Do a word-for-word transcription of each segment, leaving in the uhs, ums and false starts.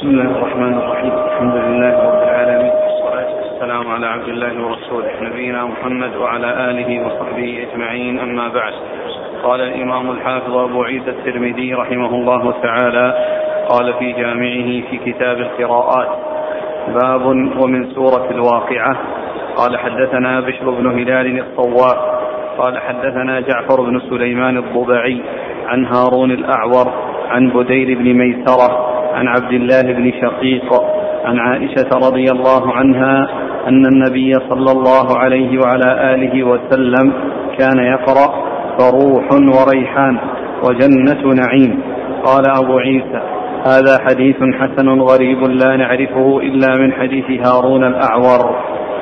بسم الله الرحمن الرحيم. الحمد لله رب العالمين، والصلاة والسلام على عبد الله ورسوله نبينا محمد وعلى آله وصحبه أجمعين، أما بعد. قال الإمام الحافظ أبو عيسى الترمذي رحمه الله تعالى قال في جامعه في كتاب القراءات: باب ومن سورة الواقعة. قال حدثنا بشر بن هلال الصواف قال حدثنا جعفر بن سليمان الضبعي عن هارون الأعور عن بديل بن ميسرة عن عبد الله بن شقيق عن عائشة رضي الله عنها أن النبي صلى الله عليه وعلى آله وسلم كان يقرأ: فروح وريحان وجنة نعيم. قال أبو عيسى: هذا حديث حسن غريب لا نعرفه إلا من حديث هارون الأعور.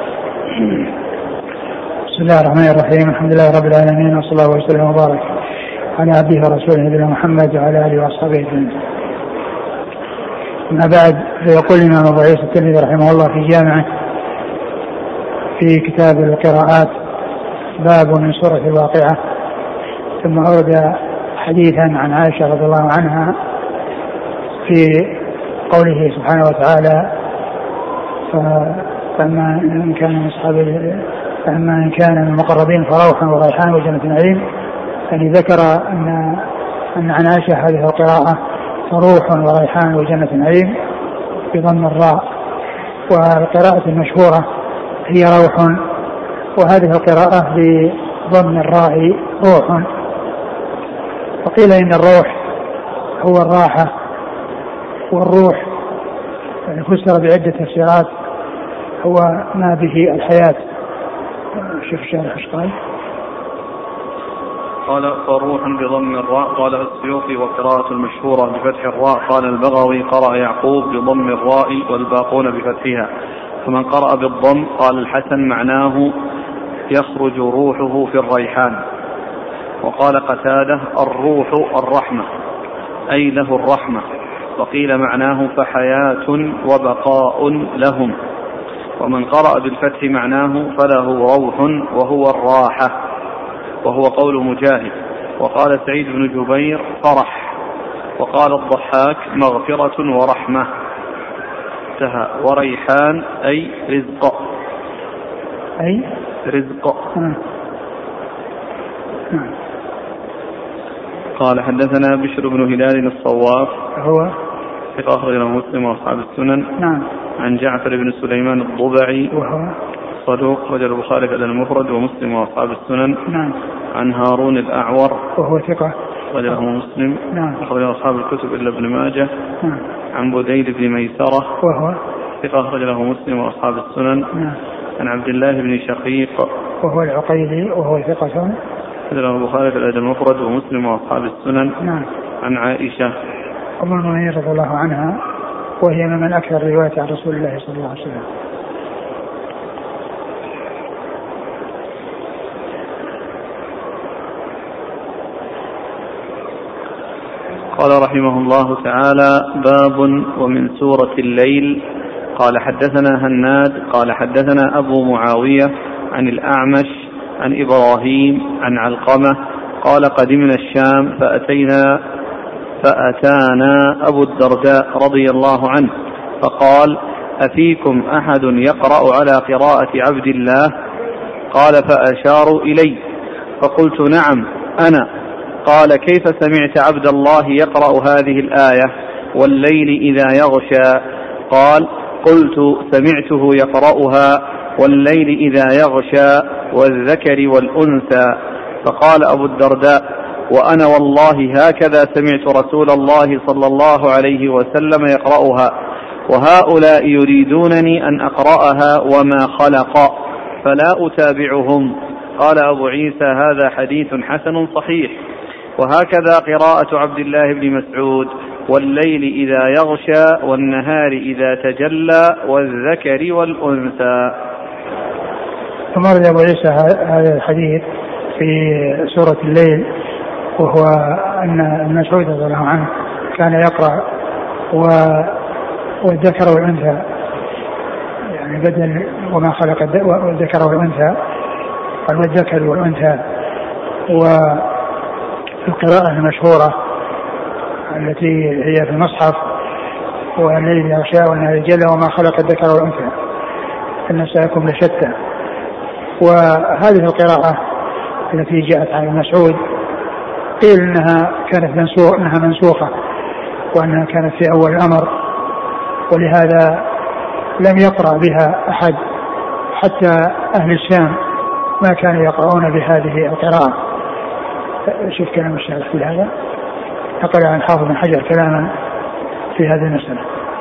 بسم الله الرحمن الرحيم. الحمد لله رب العالمين، وصلى الله وسلم وبارك على عبده ورسوله نبينا محمد وعلى آله وأصحابه أجمعين. أما بعد، فيقول الإمام أبو عيسى الترمذي رحمه الله في جامعه في كتاب القراءات: باب من سورة الواقعة. ثم أورد حديثا عن عائشة رضي الله عنها في قوله سبحانه وتعالى: فأما إن كان من أصحاب فأما إن كان من المقربين فروح وريحان وجنة نعيم. يعني ذكر أن أن عن عائشة هذه القراءة: فروح وريحان وجنة نعيم بضم الراء، والقراءة المشهورة هي روح، وهذه القراءة بضم الراء روح. وقيل إن الروح هو الراحة، والروح يعني فسر بعدة تفسيرات، هو ما به الحياة. شوف الشارح ايش قال. قال: فروح بضم الراء. قال السيوطي: وقراءة المشهورة بفتح الراء. قال البغوي: قرأ يعقوب بضم الراء والباقون بفتحها. فمن قرأ بالضم قال الحسن: معناه يخرج روحه في الريحان. وقال قتادة: الروح الرحمة، أي له الرحمة. وقيل معناه فحياة وبقاء لهم. ومن قرأ بالفتح معناه فله روح وهو الراحة، وهو قول مجاهد. وقال سعيد بن جبير: فرح. وقال الضحاك: مغفرة ورحمة. انتهى. وريحان أي رزق، أي رزق. قال حدثنا بشر بن هلال الصواف هو أخرج له مسلم وأصحاب السنن. نعم. عن جعفر بن سليمان الضبعي وهو صدوق رجل البخاري في المفرد ومسلم وأصحاب السنن. نعم. عن هارون الأعور وهو ثقة رجله مسلم. نعم. أخرج أصحاب الكتب إلا ابن ماجه. نعم. عن بديل بن ميسرة وهو ثقة أخرج له مسلم وأصحاب السنن. نعم. عن عبد الله بن شقيق وهو العقيلي وهو ثقة أخرج له البخاري في المفرد ومسلم وأصحاب السنن. نعم. عن عائشة أم المؤمنين رضي الله عنها، وهي من أكثر رواية عن رسول الله صلى الله عليه وسلم. قال رحمه الله تعالى: باب ومن سورة الليل. قال حدثنا هناد قال حدثنا أبو معاوية عن الأعمش عن إبراهيم عن علقمة قال: قدمنا الشام فأتينا فأتانا أبو الدرداء رضي الله عنه فقال: أفيكم أحد يقرأ على قراءة عبد الله؟ قال: فأشاروا إلي فقلت: نعم أنا. قال: كيف سمعت عبد الله يقرأ هذه الآية: والليل إذا يغشى؟ قال: قلت: سمعته يقرأها: والليل إذا يغشى والذكر والأنثى. فقال أبو الدرداء: وأنا والله هكذا سمعت رسول الله صلى الله عليه وسلم يقرأها، وهؤلاء يريدونني أن أقرأها وما خلق، فلا أتابعهم. قال أبو عيسى: هذا حديث حسن صحيح. وهكذا قراءة عبد الله بن مسعود: والليل إذا يغشى والنهار إذا تجلى والذكر والأنثى. ثم رد أبو عيسى هذا الحديث في سورة الليل، وهو أن مسعود رضي الله عنه كان يقرأ والذكر والأنثى، يعني بدل وما خلق الذكر والأنثى، قال والذكر والأنثى. والقراءة المشهورة التي هي في المصحف والليل إذا يغشى والنهار إذا تجلى وما خلق الذكر والأنثى إن سعيكم لشتى. وهذه القراءة التي جاءت عن ابن مسعود قيل إنها كانت منسوخة إنها منسوخة وأنها كانت في أول الأمر، ولهذا لم يقرأ بها أحد حتى أهل الشام ما كانوا يقرؤون بهذه القراءة. شوف كلام الشارح في هذا، نقل عن حافظ بن حجر كلاما في هذه المسألة.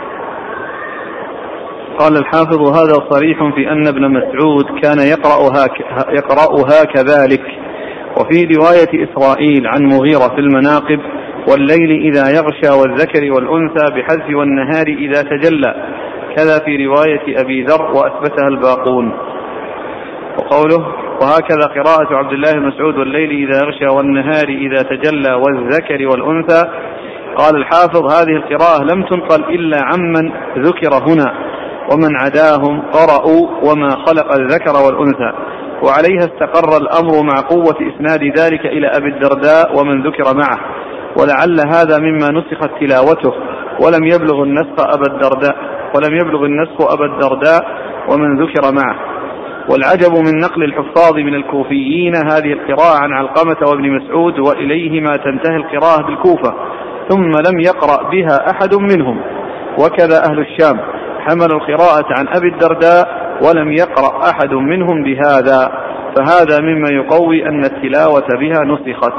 قال الحافظ: هذا صريح في أن ابن مسعود كان يقرأها, يقرأها كذلك. وفي رواية إسرائيل عن مغيرة في المناقب: والليل إذا يغشى والذكر والأنثى بحذف والنهار إذا تجلى، كذا في رواية أبي ذر وأثبتها الباقون. وقوله: وهكذا قراءة عبد الله بن مسعود: والليل إذا يغشى والنهار إذا تجلى والذكر والأنثى. قال الحافظ: هذه القراءة لم تنقل إلا عمن ذكر هنا، ومن عداهم قرأوا وما خلق الذكر والأنثى، وعليها استقر الأمر مع قوة إسناد ذلك إلى أبي الدرداء ومن ذكر معه، ولعل هذا مما نسخت تلاوته ولم يبلغ النسخ أبا الدرداء ولم يبلغ النسخ أبا الدرداء ومن ذكر معه. والعجب من نقل الحفاظ من الكوفيين هذه القراءة عن علقمة وابن مسعود وإليه ما تنتهي القراءة بالكوفة، ثم لم يقرأ بها أحد منهم. وكذا أهل الشام حملوا القراءة عن أبي الدرداء ولم يقرأ أحد منهم بهذا، فهذا مما يقوي أن التلاوة بها نسخت.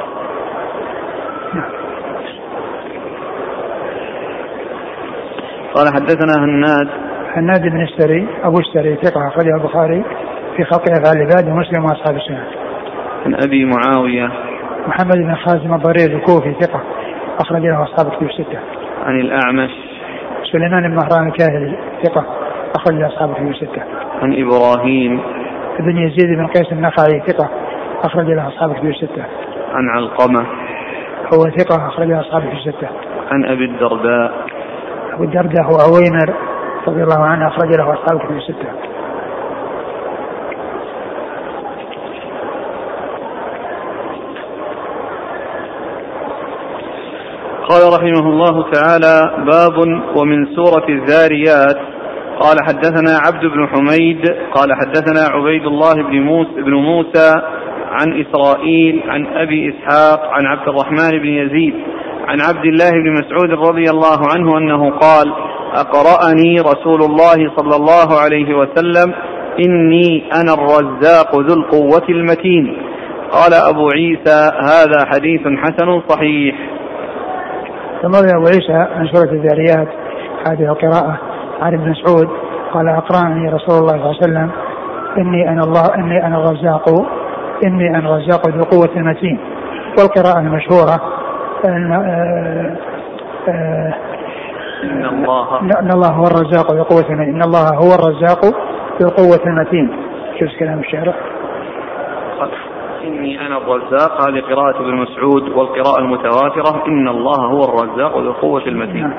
قال: حدثنا هناد هناد بن السري أبو السري ثقة أخرجه البخاري في خلق أفعال العباد ومسلم وأصحاب السنة. عن أبي معاوية محمد بن خازم الضرير الكوفي ثقة أخرج له أصحاب الكتب الستة. عن الأعمش سليمان بن مهران الكاهلي ثقة أخرج له أصحاب الكتب الستة. عن إبراهيم بن يزيد بن قيس النخعي ثقة أخرج له أصحاب الكتب الستة. عن علقمة هو ثقة أخرج له أصحاب الكتب الستة. عن أبي الدرداء أبو الدرداء هو عويمر رضي الله عنه أخرج له أصحاب الكتب الستة. قال رحمه الله تعالى: باب ومن سورة الذاريات. قال: حدثنا عبد بن حميد قال حدثنا عبيد الله بن موسى, بن موسى عن إسرائيل عن أبي إسحاق عن عبد الرحمن بن يزيد عن عبد الله بن مسعود رضي الله عنه أنه قال: أقرأني رسول الله صلى الله عليه وسلم: إني أنا الرزاق ذو القوة المتين. قال أبو عيسى: هذا حديث حسن صحيح. ثم أبو عيسى عن سورة الذاريات هذه القراءة عن ابن مسعود قال: أقرأني رسول الله صلى الله عليه وسلم: إني أنا الله إني أنا الرزاق إني أنا الرزاق ذو القوة المتين. والقراءة المشهورة إن, آه آه إن الله إن الله هو الرزاق ذو القوة المتين. إن الله هو الرزاق ذو القوة المتين. شوف كلام الشارع: إني أنا الرزاق. هذه قراءة ابن مسعود. والقراءة المتواترة: إن الله هو الرزاق ذو القوة المتين.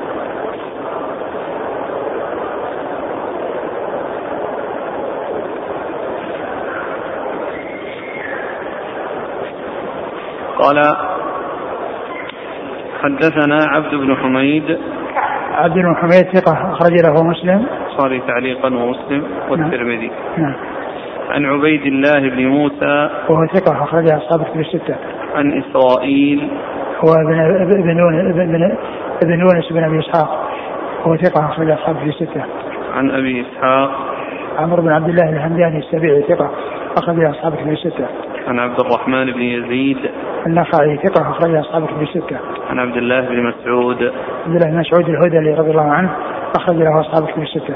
قال: حدثنا عبد بن حميد. عبد بن حميد ثقة أخرج له مسلم صار تعليقا ومسلم والترمذي. نعم. عن عبيد الله بن موسى وهو ثقة أخرج أصحاب الكتب الستة. عن إسرائيل هو ابن ابن ابن يونس بن أبي إسحاق وهو ثقة أخرج أصحاب الكتب الستة. عن أبي إسحاق عمرو بن عبد الله الحمداني السبيعي ثقة أخرج أصحاب الكتب الستة. عن عبد الرحمن بن يزيد النخعي ثقة أخرج أصحاب الكتب الستة. عن عبد الله بن مسعود عبد الله بن مسعود الهذلي رضي الله عنه أخرج له أصحاب الكتب الستة.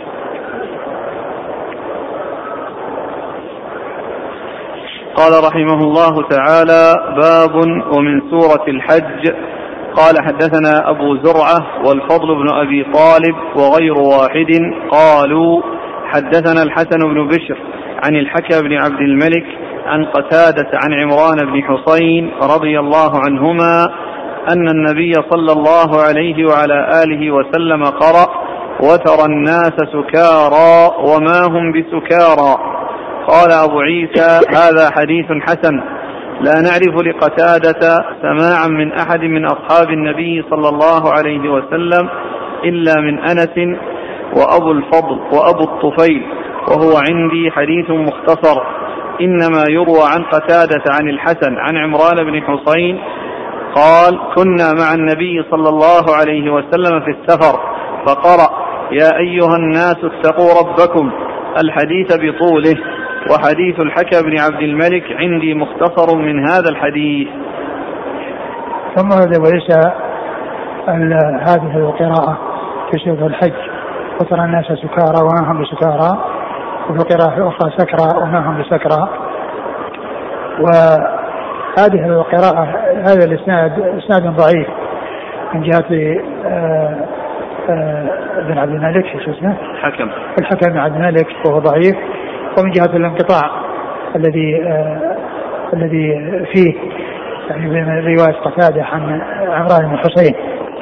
قال رحمه الله تعالى: باب ومن سورة الحج. قال: حدثنا أبو زرعة والفضل بن أبي طالب وغير واحد قالوا: حدثنا الحسن بن بشر عن الحكم بن عبد الملك عن قتادة عن عمران بن حسين رضي الله عنهما أن النبي صلى الله عليه وعلى آله وسلم قرأ: وترى الناس سكارى وما هم بسكارى. قال أبو عيسى: هذا حديث حسن، لا نعرف لقتادة سماعا من أحد من أصحاب النبي صلى الله عليه وسلم إلا من أنس وأبو الفضل وأبو الطفيل، وهو عندي حديث مختصر، إنما يروى عن قتادة عن الحسن عن عمران بن حسين قال: كنا مع النبي صلى الله عليه وسلم في السفر فقرأ: يا أيها الناس اتقوا ربكم، الحديث بطوله. وحديث الحكم بن عبد الملك عندي مختصر من هذا الحديث. ثم هذا وليس هذه القراءة في سورة الحج: وترى الناس سكارى وما هم بسكارى، وفي القراءة الأخرى سكرى وما هم بسكرى. وهذه القراءة هذا الإسناد إسناد ضعيف من جهة ابن عبد الملك شو اسمه؟ الحكم الحكم بن عبد الملك وهو ضعيف، ومن جهة الانقطاع الذي آه الذي فيه يعني بين رواية قتادة عن عمران بن حسين.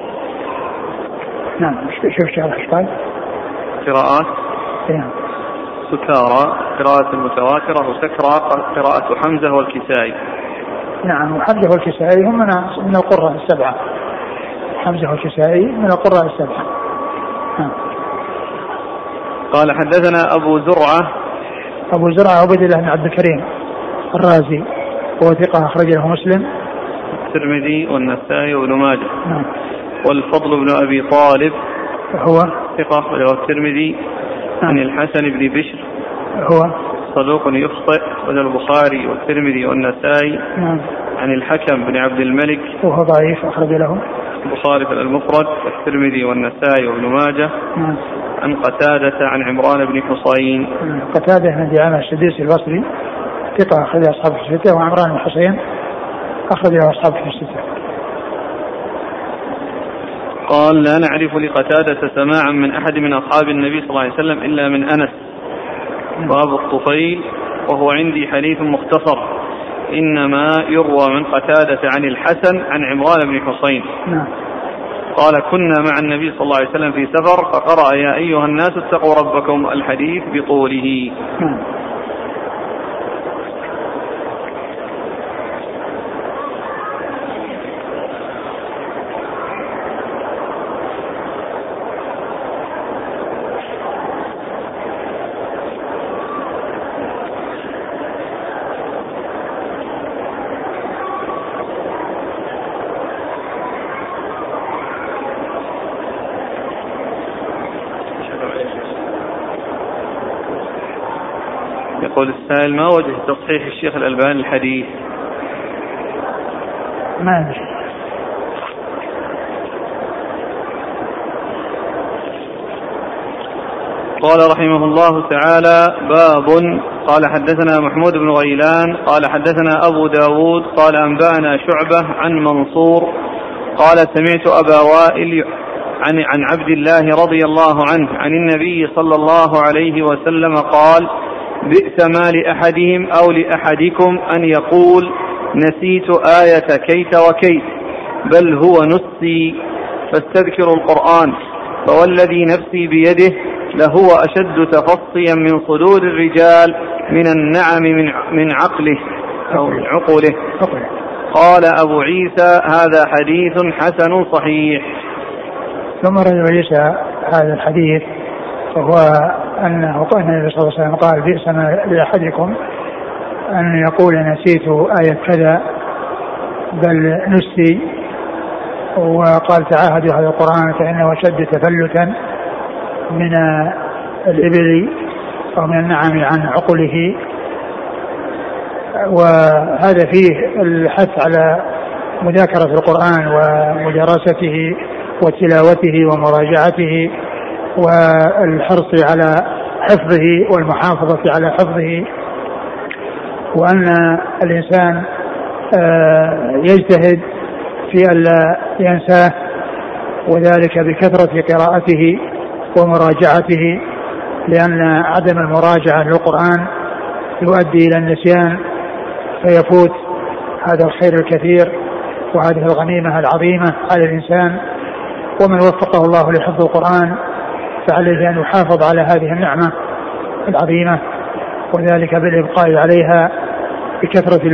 نعم. شوف شرح ايش قال؟ قراءات نعم. سكارى قراءة متواترة، وسكرى قراءة حمزة والكسائي. نعم. وحمزة والكسائي هم من القراء السبعة. حمزة والكسائي من القراء السبعة. نعم. قال: حدثنا أبو زرعة. أبو زرعة عبد الله بن عبد الكريم الرازي، هو ثقة أخرج له مسلم، الترمذي والنسائي وابن ماجه. نعم. والفضل بن أبي طالب هو ثقة أخرجه الترمذي. نعم. عن الحسن بن بشر هو صدوق يخطئ، وذا البخاري والترمذي والنسائي. نعم. عن الحكم بن عبد الملك وهو ضعيف أخرج له البخاري في المفرد والترمذي والنسائي وابن ماجه. نعم. عن قتادة عن عمران بن حسين. قتادة بن دعامة السديسي البصري ثقة أخرج أصحاب الستة، وعمران بن حسين أخرج أصحاب الستة. قال: لا نعرف لقتادة سماعا من أحد من أصحاب النبي صلى الله عليه وسلم إلا من أنس وأبو الطفيل، وهو عندي حديث مختصر، إنما يروى من قتادة عن الحسن عن عمران بن حسين. نعم. قال: كنا مع النبي صلى الله عليه وسلم في سفر فقرأ: يا أيها الناس اتقوا ربكم، الحديث بطوله. نعم. يقول السائل: ما وجه تصحيح الشيخ الألباني الحديث؟ ما أدري. قال رحمه الله تعالى: باب. قال: حدثنا محمود بن غيلان قال حدثنا أبو داود قال أنبأنا شعبة عن منصور قال: سمعت أبا وائل عن, عن عبد الله رضي الله عنه عن النبي صلى الله عليه وسلم قال: بئس ما لأحدهم أو لأحدكم أن يقول: نسيت آية كيت وكيت، بل هو نسي، فاستذكروا القرآن، فوالذي نفسي بيده لهو أشد تفصيا من صدور الرجال من النعم من, من عقله أو من عقله. قال أبو عيسى: هذا حديث حسن صحيح. ثم رجل عيسى هذا الحديث وهو أنه قال النبي صلى الله عليه وسلم قال: بئس ما لأحدكم أن يقول نسيت آية كذا بل نسي، وقال: تعاهدوا هذا القرآن فإنه أشد تفلتا من الإبل أو من النعم عن عقله. وهذا فيه الحث على مذاكرة القرآن ومدرسته وتلاوته ومراجعته، والحرص على حفظه والمحافظة على حفظه، وأن الإنسان يجتهد في ألا ينساه، وذلك بكثرة قراءته ومراجعته، لأن عدم المراجعة للقرآن يؤدي إلى النسيان فيفوت هذا الخير الكثير وهذه الغنيمة العظيمة على الإنسان. ومن وفقه الله لحفظ القرآن فعليه أن يحافظ على هذه النعمة العظيمة، وذلك بالإبقاء عليها بكثرة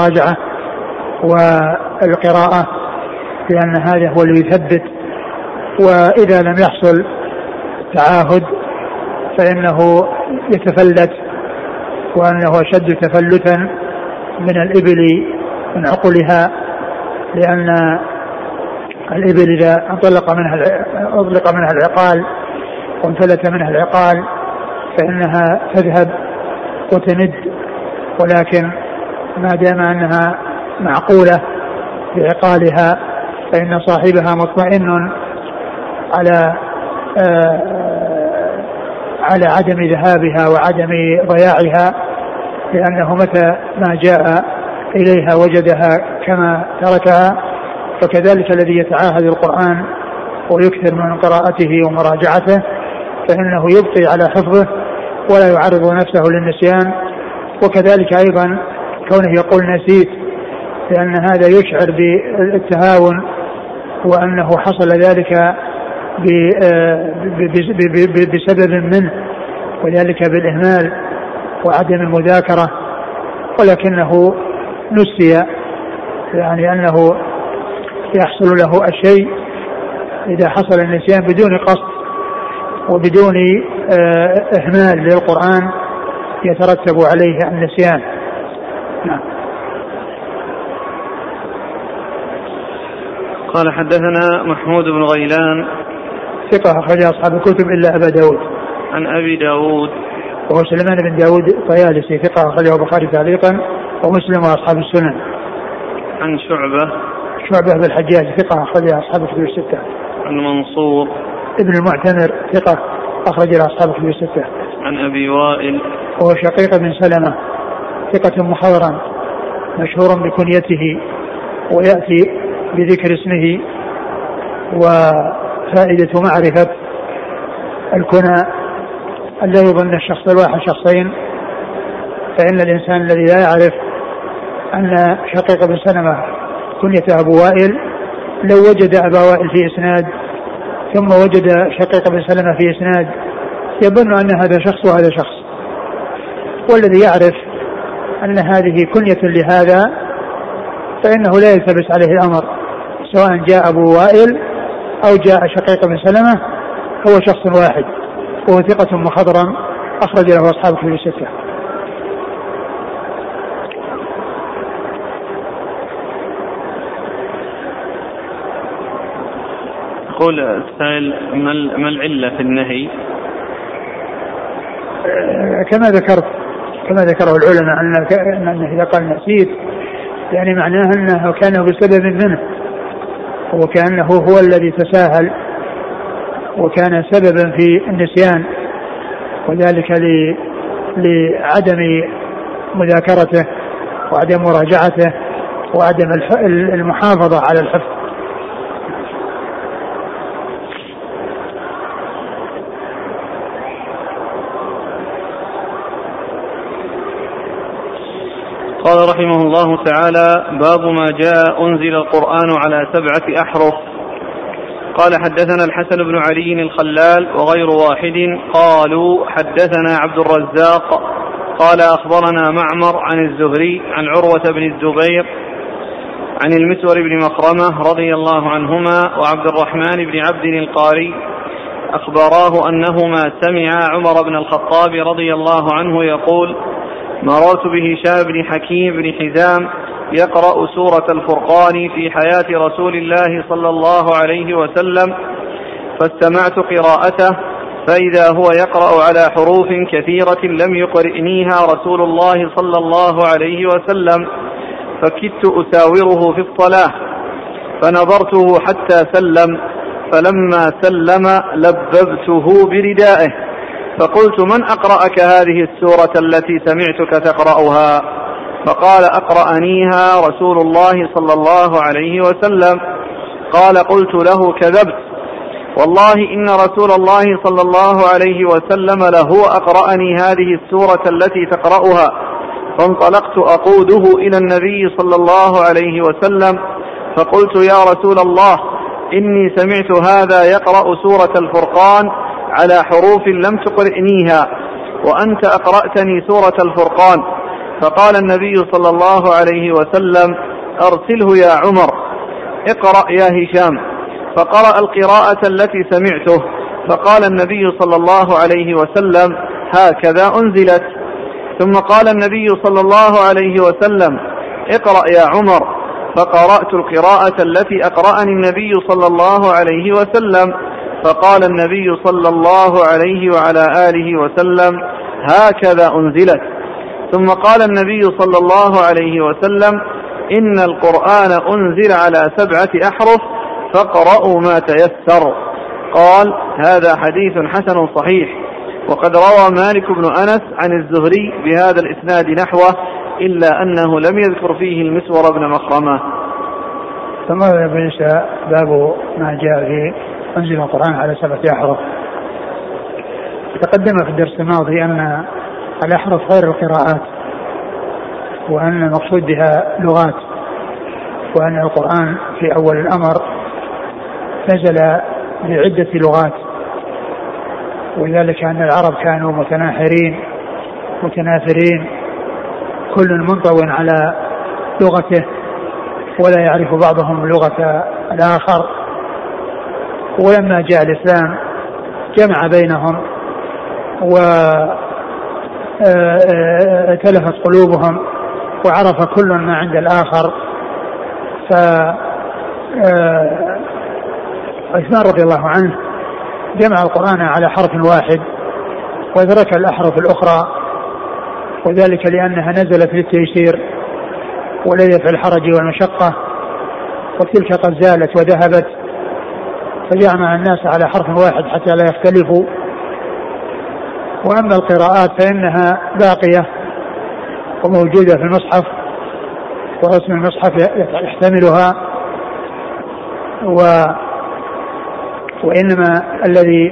المراجعة والقراءة، لأن هذا هو اللي يثبت وإذا لم يحصل تعاهد فإنه يتفلت، وأنه أشد تفلتا من الإبل من عقلها، لأن الإبل إذا أطلق منها أطلق منها العقال وانفلت منها العقال فإنها تذهب وتند، ولكن ما دام أنها معقولة بعقالها فإن صاحبها مطمئن على على عدم ذهابها وعدم ضياعها، لأنه متى ما جاء إليها وجدها كما تركها. وكذلك الذي يتعاهد القرآن ويكثر من قراءته ومراجعته فإنه يبقي على حفظه ولا يعرض نفسه للنسيان. وكذلك أيضا كونه يقول نسيت، لأن هذا يشعر بالتهاون وأنه حصل ذلك بسبب منه، وذلك بالإهمال وعدم المذاكرة، ولكنه نسي، يعني أنه يحصل له الشيء إذا حصل النسيان بدون قصد وبدون إهمال للقرآن يترتب عليه النسيان. نعم. قال حدثنا محمود بن غيلان ثقة أخرج أصحاب الكتب إلا أبا داود. عن أبي داود وهو سليمان بن داود الطيالسي ثقة أخرجه البخاري تعليقا ومسلم وأصحاب السنن. عن شعبة شعبة بن الحجاج ثقة أخرجه أصحاب الكتب الستة. عن منصور ابن المعتمر ثقة أخرج أصحاب الكتب الستة. عن أبي وائل وهو شقيق بن سلمة ثقة محضرا مشهور بكنيته ويأتي بذكر اسمه وفائدة معرفة الكنى ألا يظن الشخص الواحد شخصين، فإن الإنسان الذي لا يعرف أن شقيق بن سلمة كنيته أبو وائل لو وجد أبا وائل في إسناد ثم وجد شقيق بن سلمة في إسناد يظن أن هذا شخص وهذا شخص، والذي يعرف أن هذه كنية لهذا فإنه لا يلتبس عليه الأمر، سواء جاء أبو وائل أو جاء شقيق بن سلمة هو شخص واحد وهو ثقة مخضرم أخرج له أصحاب الكتب الستة. يقول السائل ما العلة في النهي؟ كما ذكرت كما ذكره العلماء أن أنه إذا قال نسيت يعني معناه أنه كان بسبب منه وكأنه هو الذي تساهل وكان سببا في النسيان، وذلك لعدم مذاكرته وعدم مراجعته وعدم المحافظة على الحفظ. قال رحمه الله تعالى: باب ما جاء أنزل القرآن على سبعة أحرف. قال حدثنا الحسن بن علي الخلال وغير واحد قالوا حدثنا عبد الرزاق قال أخبرنا معمر عن الزهري عن عروة بن الزبير عن المسور بن مخرمة رضي الله عنهما وعبد الرحمن بن عبد القاري أخبراه أنهما سمع عمر بن الخطاب رضي الله عنه يقول: مررت بهشام بن حكيم بن حزام يقرأ سورة الفرقان في حياة رسول الله صلى الله عليه وسلم، فاستمعت قراءته فإذا هو يقرأ على حروف كثيرة لم يقرئنيها رسول الله صلى الله عليه وسلم، فكدت أساوره في الصلاة فنظرته حتى سلم، فلما سلم لببته بردائه فقلت: من أقرأك هذه السورة التي سمعتك تقرأها؟ فقال: أقرأنيها رسول الله صلى الله عليه وسلم. قال: قلت له: كذبت، والله إن رسول الله صلى الله عليه وسلم لهو أقرأني هذه السورة التي تقرأها. فانطلقت أقوده إلى النبي صلى الله عليه وسلم فقلت: يا رسول الله، إني سمعت هذا يقرأ سورة الفرقان على حروف لم تقرئنيها وأنت أقرأتني سورة الفرقان. فقال النبي صلى الله عليه وسلم: أرسله يا عمر، اقرأ يا هشام. فقرأ القراءة التي سمعته، فقال النبي صلى الله عليه وسلم: هكذا أنزلت. ثم قال النبي صلى الله عليه وسلم: اقرأ يا عمر، فقرأت القراءة التي أقرأني النبي صلى الله عليه وسلم، فقال النبي صلى الله عليه وعلى آله وسلم: هكذا أنزلت. ثم قال النبي صلى الله عليه وسلم: إن القرآن أنزل على سبعة أحرف فاقرأوا ما تيسر. قال: هذا حديث حسن صحيح. وقد روى مالك بن أنس عن الزهري بهذا الإسناد نحوه، إلا أنه لم يذكر فيه المسور بن مخرمة. ثم باب ما جاء في أنزل القرآن على سبعة أحرف. تقدم في الدرس الماضي أن الأحرف غير القراءات، وأن المقصود بها لغات، وأن القرآن في أول الأمر نزل بعدة لغات، وذلك أن العرب كانوا متناحرين متنافرين، كل منطوٍ على لغته ولا يعرف بعضهم لغة الآخر. ولما جاء الإسلام جمع بينهم وتلفت قلوبهم وعرف كل ما عند الآخر. فعثمان رضي الله عنه جمع القرآن على حرف واحد وترك الأحرف الأخرى، وذلك لأنها نزلت للتيسير وليس الحرج والمشقة، وتلك قد زالت وذهبت، فجمع الناس على حرف واحد حتى لا يختلفوا. وأما القراءات فإنها باقية وموجودة في المصحف، ورسم المصحف يحتملها، و وإنما الذي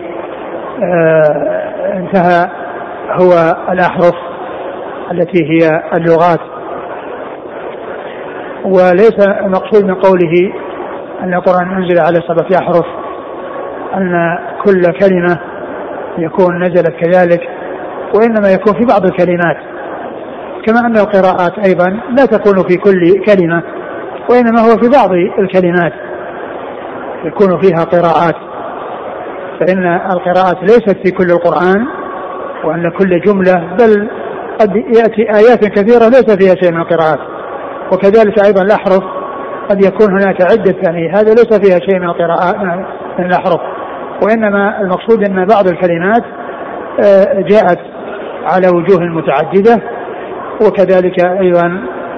انتهى هو الأحرف التي هي اللغات. وليس المقصود من قوله أن القرآن أنزل على سبعة أحرف أن كل كلمة يكون نزلت كذلك، وإنما يكون في بعض الكلمات، كما أن القراءات أيضا لا تكون في كل كلمة، وإنما هو في بعض الكلمات يكون فيها قراءات. فإن القراءات ليست في كل القرآن، وأن كل جملة، بل قد يأتي آيات كثيرة ليس فيها شيء من القراءات. وكذلك أيضا الأحرف قد يكون هناك عدة، يعني هذا ليس فيها شيء من القراءات من الأحرف، وإنما المقصود أن بعض الكلمات جاءت على وجوه متعددة، وكذلك أيضا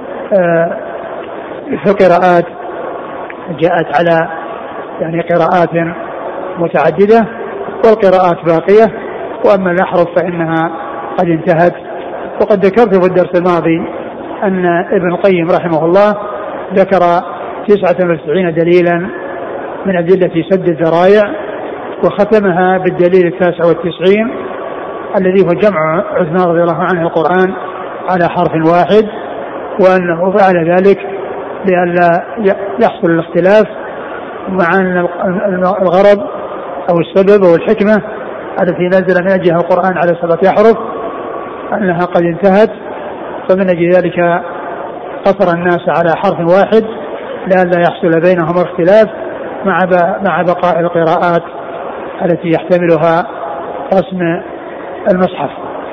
في القراءات جاءت على يعني قراءات متعددة، والقراءات باقية. وأما الأحرف فإنها قد انتهت. وقد ذكرت في الدرس الماضي أن ابن القيم رحمه الله ذكر تسعة وتسعين دليلا من أدلة سد الذرائع، وختمها بالدليل التاسع والتسعين الذي هو جمع عثمان رضي الله عنه القرآن على حرف واحد، وأنه فعل ذلك لئلا يحصل الاختلاف، مع أن الغرض أو السبب أو الحكمة التي نزل من أجلها القرآن على سبعة أحرف أنها قد انتهت، فمن أجل ذلك قصر الناس على حرف واحد لئلا يحصل بينهم اختلاف، مع مع بقاء القراءات التي يحتملها رسم المصحف.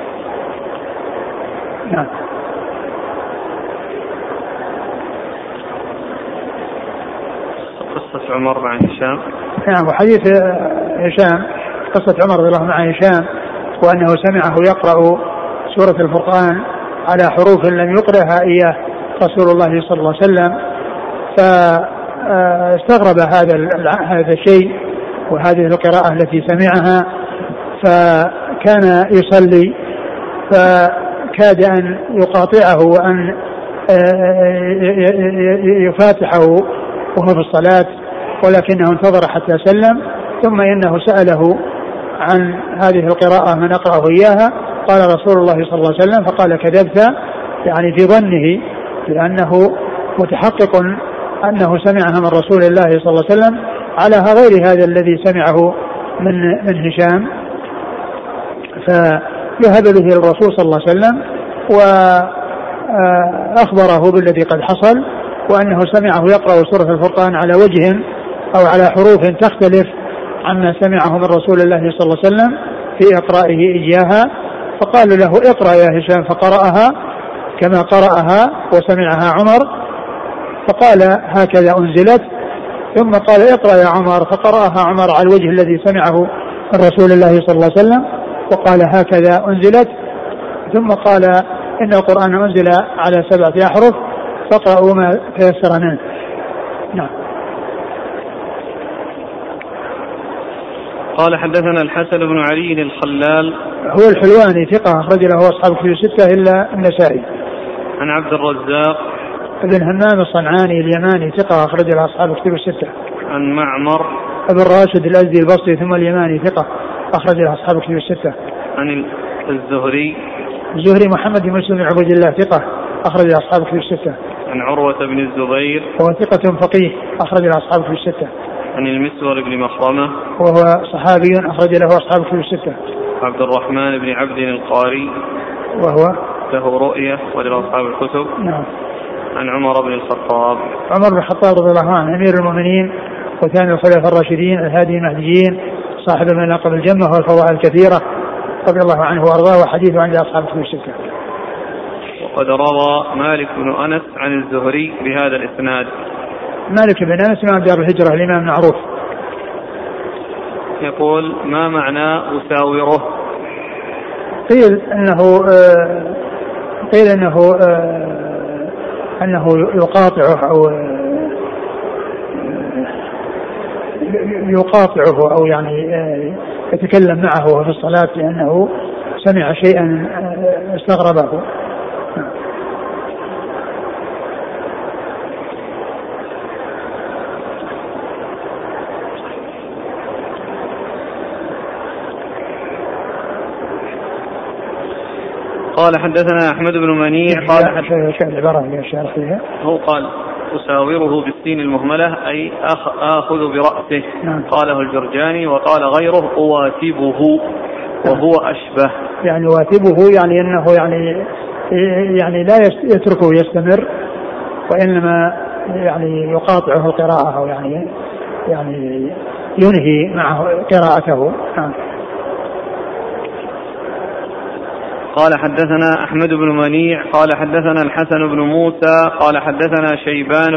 نعم. قصة عمر مع هشام. نعم. وحديث هشام، قصة عمر رضي الله عنه هشام، وأنه سمعه يقرأ سورة الفرقان على حروف لم يقرأها إياه رسول الله صلى الله عليه وسلم، فاستغرب هذا هذا الشيء وهذه القراءة التي سمعها، فكان يصلي فكاد أن يقاطعه وأن يفاتحه وهو في الصلاة، ولكنه انتظر حتى سلم، ثم إنه سأله عن هذه القراءة من أقرأه إياها، قال رسول الله صلى الله عليه وسلم، فقال كذبت، يعني في ظنه، لأنه متحقق أنه سمعها من رسول الله صلى الله عليه وسلم على غير هذا الذي سمعه من من هشام، فذهب به الرسول صلى الله عليه وسلم وأخبره بالذي قد حصل، وأنه سمعه يقرأ سورة الفرقان على وجه أو على حروف تختلف عما سمعه من رسول الله صلى الله عليه وسلم في إقرائه إياها، فقالوا له اقرأ يا هشام، فقرأها كما قرأها وسمعها عمر، فقال هكذا أنزلت، ثم قال اقرأ يا عمر، فقرأها عمر على الوجه الذي سمعه من رسول الله صلى الله عليه وسلم وقال هكذا أنزلت، ثم قال إن القرآن أنزل على سبعة أحرف فاقرأوا ما تيسر منه. نعم. قال حدثنا الحسن بن علي الخلال هو الحلواني ثقة أخرج له أصحاب الكتب الستة إلا النسائي. عن عبد الرزاق ابن همام الصنعاني اليماني ثقة أخرج له أصحاب الكتب الستة. عن معمر ابن راشد الأزدي البصري ثم اليماني ثقة أخرج له أصحاب الكتب الستة. عن الزهري الزهري محمد بن مسلم بن عبد الله ثقة أخرج له أصحاب الكتب الستة. عن عروة بن الزبير وهو ثقة فقيه أخرج له أصحاب الكتب الستة. عن المسور بن مخرمة وهو صحابي أخرج له أصحاب الكتب الستة. عبد الرحمن بن عبد القاري وهو له رؤية وله أصحاب الكتب. نعم. عن عمر بن الخطاب عمر بن الخطاب رضي الله عنه أمير المؤمنين وثاني الخلفاء الراشدين الهادي المهديين صاحب المناقب الجمة والفضائل الكثيرة رضي الله عنه وأرضاه، وحديثه عند أصحاب الكتب الستة. وقد روى مالك بن أنس عن الزهري بهذا الإسناد. مالك بن أنس إمام دار الهجرة الإمام معروف. يقول ما معنى أساوره؟ قيل أنه آه قيل أنه آه أنه يقاطعه أو آه يقاطعه أو يعني آه يتكلم معه في الصلاة لأنه سمع شيئا آه استغربه. قال حدثنا أحمد بن منيع قال فيها هو قال أساوره بالسين المهملة أي أخ آخذ برأسه. نعم. قاله الجرجاني وقال غيره أواتبه وهو أشبه. يعني واتبه يعني أنه يعني يعني لا يتركه يستمر وإنما يعني يقاطعه القراءة أو يعني يعني ينهي معه قراءته. نعم. قال حدثنا أحمد بن منيع قال حدثنا الحسن بن موسى قال حدثنا شيبان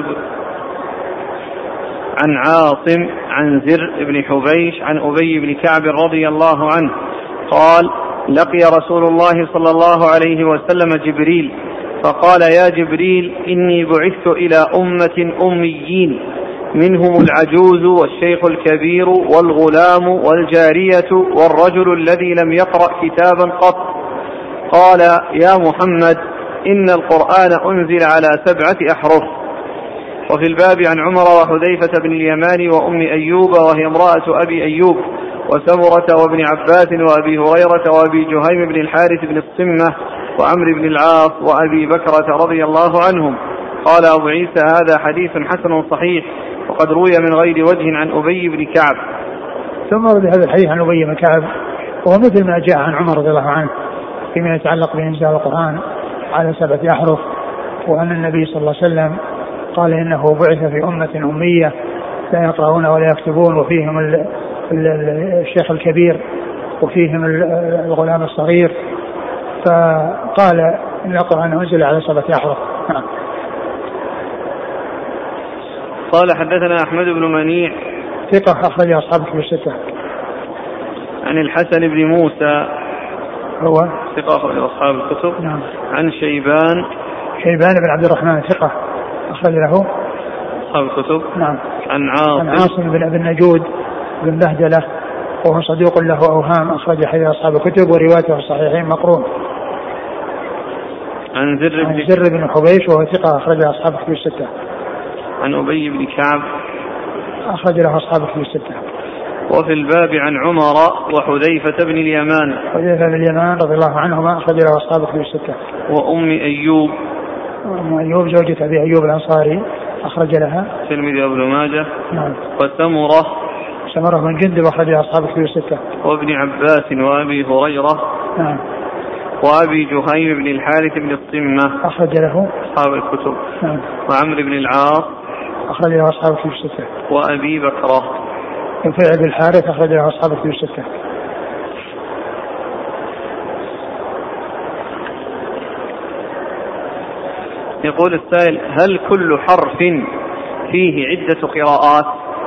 عن عاصم عن زر بن حبيش عن أبي بن كعب رضي الله عنه قال لقي رسول الله صلى الله عليه وسلم جبريل فقال يا جبريل إني بعثت إلى أمة أميين منهم العجوز والشيخ الكبير والغلام والجارية والرجل الذي لم يقرأ كتابا قط. قال يا محمد إن القرآن أنزل على سبعة أحرف. وفي الباب عن عمر وحذيفة بن اليمان وأم أيوب وهي امرأة أبي أيوب وسمرة وابن عباس وأبي هريرة وأبي جهيم بن الحارث بن الصمة وعمر بن العاص وأبي بكرة رضي الله عنهم. قال أبو عيسى هذا حديث حسن صحيح وقد روي من غير وجه عن أبي بن كعب. ثم روي هذا الحديث عن أبي بن كعب وهو مثل ما جاء عن عمر رضي الله عنه فيما يتعلق بإنزال القرآن على سبعة أحرف، وأن النبي صلى الله عليه وسلم قال إنه بعث في أمة أمية لا يقرؤون ولا يكتبون وفيهم الشيخ الكبير وفيهم الغلام الصغير، فقال إن القرآن أنزل على سبعة أحرف. قال حدثنا أحمد بن منيع ثقة أخرج أصحاب الكتب الستة. عن الحسن بن موسى هو ثقة أخرج أصحاب الكتب. نعم. عن شيبان شيبان بن عبد الرحمن ثقة أخرج له أصحاب الكتب. نعم. عن عاصم عن عاصم بن أبي النجود بن بهدلة وهو صديق له أوهام أخرج حديث أصحاب الكتب وروايته في الصحيحين مقرون. عن زر بن, عن زر بن حبيش وهو ثقة أخرج أصحاب الكتب الستة. عن أبي بن كعب أخرج له أصحاب الكتب الستة. وفي الباب عن عمر وحذيفة بن اليمان حذيفة بن اليمان رضي الله عنهما أخرج له أصحاب الكتب الستة. وأم أيوب أم أيوب زوجة أبي أيوب الأنصاري أخرج لها الترمذي وابن ماجه. نعم. وسمرة سمرة بن جندب أخرج له أصحاب الكتب الستة. وابن عباس وأبي هريرة. نعم. وأبي جهيم بن الحارث بن الصمة أخرج له أصحاب الكتب. نعم. وعمر بن العاص أخرج له أصحاب الكتب الستة. وأبي بكر رفيع بن الحارث أخرج له أصحاب الكتب الستة. يقول السائل: هل كل حرف فيه عدة قراءات؟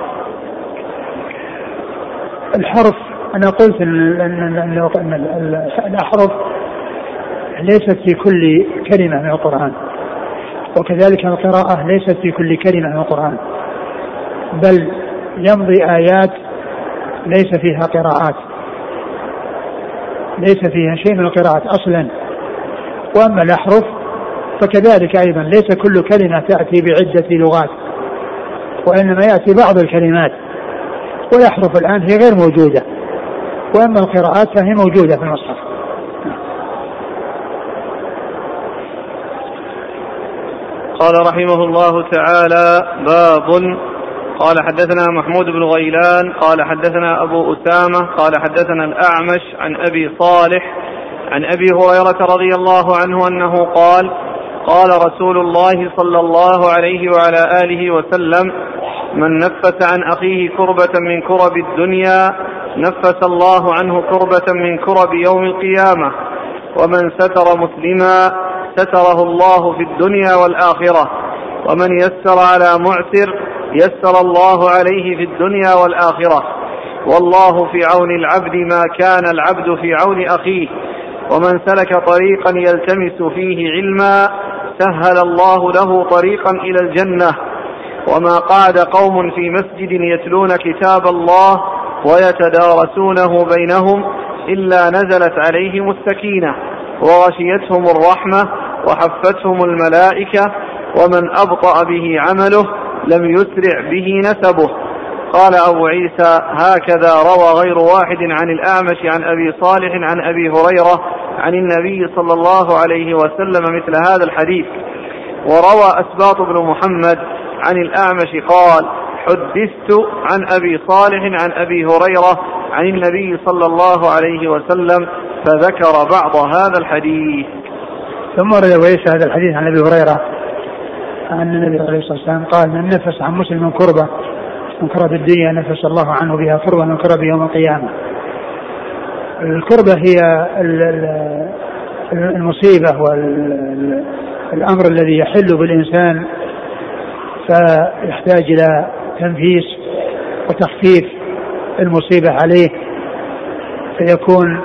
الحرف أنا قلت أن الأحرف ليست في كل كلمة من القرآن، وكذلك القراءة ليست في كل كلمة من القرآن، بل يمضي آيات ليس فيها قراءات، ليس فيها شيء من القراءات أصلا. وأما الأحرف فكذلك أيضا ليس كل كلمة تأتي بعدة لغات، وإنما يأتي بعض الكلمات، والأحرف الآن هي غير موجودة، وأما القراءات فهي موجودة في المصحف. قال رحمه الله تعالى: باب. قال حدثنا محمود بن غيلان قال حدثنا أبو أسامة قال حدثنا الأعمش عن أبي صالح عن أبي هريرة رضي الله عنه أنه قال: قال رسول الله صلى الله عليه وعلى آله وسلم: من نفس عن أخيه كربة من كرب الدنيا نفس الله عنه كربة من كرب يوم القيامة، ومن ستر مسلما ستره الله في الدنيا والآخرة، ومن يسر على معسر يسر الله عليه في الدنيا والآخرة، والله في عون العبد ما كان العبد في عون أخيه، ومن سلك طريقا يلتمس فيه علما سهل الله له طريقا إلى الجنة، وما قعد قوم في مسجد يتلون كتاب الله ويتدارسونه بينهم إلا نزلت عليهم السكينة وغشيتهم الرحمة وحفتهم الملائكة، ومن أبطأ به عمله لم يسرع به نسبه. قال أبو عيسى: هكذا روى غير واحد عن الأعمش عن أبي صالح عن أبي هريرة عن النبي صلى الله عليه وسلم مثل هذا الحديث. وروى أسباط بن محمد عن الأعمش قال: حدثت عن أبي صالح عن أبي هريرة عن النبي صلى الله عليه وسلم فذكر بعض هذا الحديث. ثم روى هذا الحديث عن أبي هريرة أن النبي عليه الصلاة والسلام قال: من نفس عن مسلم كربة من كرب الدنيا نفس الله عنه بها كربة من كرب يوم القيامة. الكربة هي المصيبة والأمر الذي يحل بالإنسان فيحتاج إلى تنفيس وتخفيف المصيبة عليه، فيكون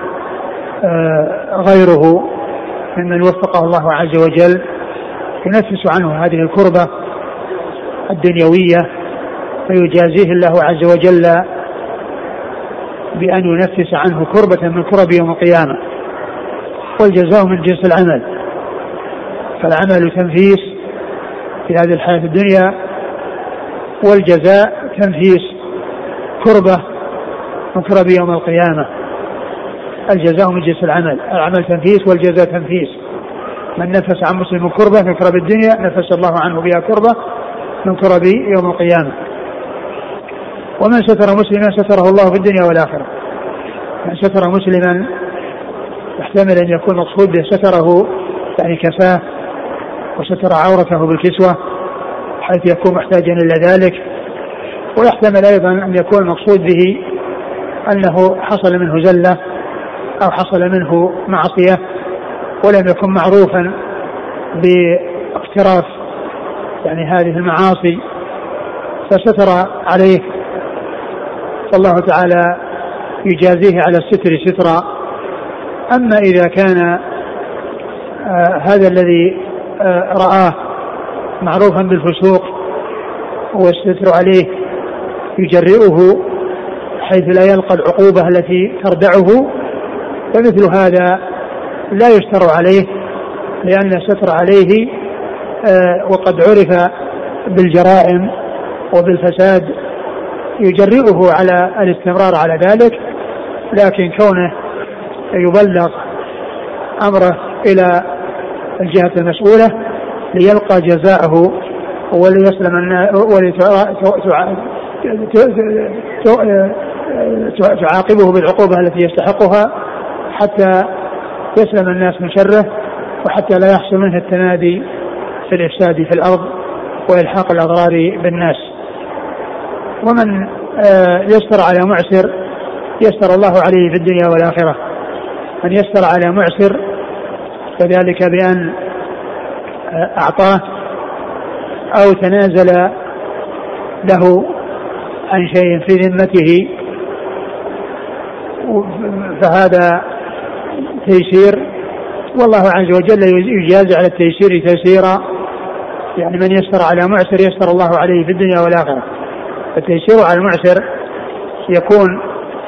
غيره ممن وفقه الله عز وجل ينفس عنه هذه الكربة الدنيوية، فيجازيه الله عز وجل بأن ينفس عنه كربة من كرب يوم القيامة، والجزاء من جنس العمل. فالعمل تنفيس في هذه الحياة الدنيا، والجزاء تنفيس كربة من كرب يوم القيامة. الجزاء من جنس العمل، العمل تنفيس والجزاء تنفيس. من نفس عن مسلم كربة من كرب الدنيا نفس الله عنه بها كربة من كرب يوم القيامة، ومن ستر مسلما ستره الله في الدنيا والآخرة. من ستر مسلما يحتمل أن يكون مقصود به ستره يعني كساه وستر عورته بالكسوة حيث يكون محتاجا إلى ذلك، ويحتمل أيضا أن يكون مقصود به أنه حصل منه زلة أو حصل منه معصية ولم يكن معروفا باقتراف يعني هذه المعاصي فستر عليه، فالله تعالى يجازيه على الستر سترا. أما إذا كان آه هذا الذي آه رآه معروفا بالفسوق والستر عليه يجرئه حيث لا يلقى العقوبة التي تردعه، فمثل هذا لا يستر عليه، لأن الستر عليه آه وقد عرف بالجرائم وبالفساد يجرئه على الاستمرار على ذلك، لكن كونه يبلغ أمره إلى الجهة المسؤولة ليلقى جزاءه وليسلم ولتعاقبه بالعقوبة التي يستحقها حتى يسلم الناس من شره، وحتى لا يحصل منه التنادي في الإفساد في الأرض وإلحاق الأضرار بالناس. ومن يسر على معسر يسر الله عليه في الدنيا والآخرة. من يسر على معسر فذلك بأن أعطاه أو تنازل له عن شيء في ذمته فهذا تيسير، والله عز وجل يجازي على التيسير تيسيرا. يعني من يسر على معسر يسر الله عليه في الدنيا والآخرة. التيسير على المعسر يكون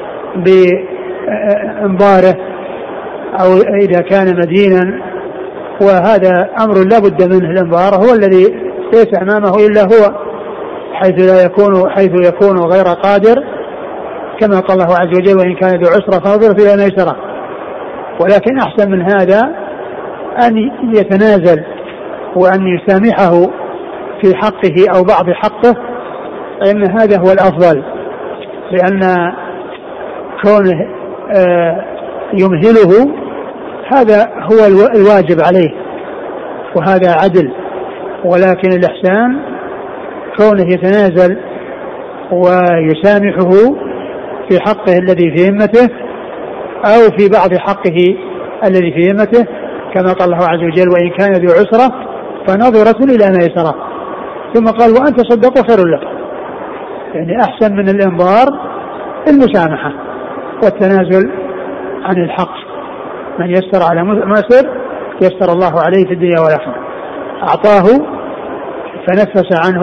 بإنظاره أو إذا كان مدينا، وهذا أمر لا بد منه. الإنظار هو الذي ليس أمامه إلا هو، حيث لا يكون حيث يكون غير قادر، كما قال الله عز وجل وإن كان ذو عسرة فنظرة إلى ميسرة. ولكن أحسن من هذا أن يتنازل وأن يسامحه في حقه أو بعض حقه، فإن هذا هو الأفضل، لأن كونه يمهله هذا هو الواجب عليه وهذا عدل. ولكن الإحسان كونه يتنازل ويسامحه في حقه الذي في ذمته أو في بعض حقه الذي في ذمته، كما قال الله عز وجل وإن كان ذو عسرة فنظرة إلى ميسرة. ثم قال وأن تصدقوا خير لكم. يعني أحسن من الإنظار المسامحة والتنازل عن الحق. من يسر على معسر يسر الله عليه في الدنيا والآخرة. أعطاه فنفس عنه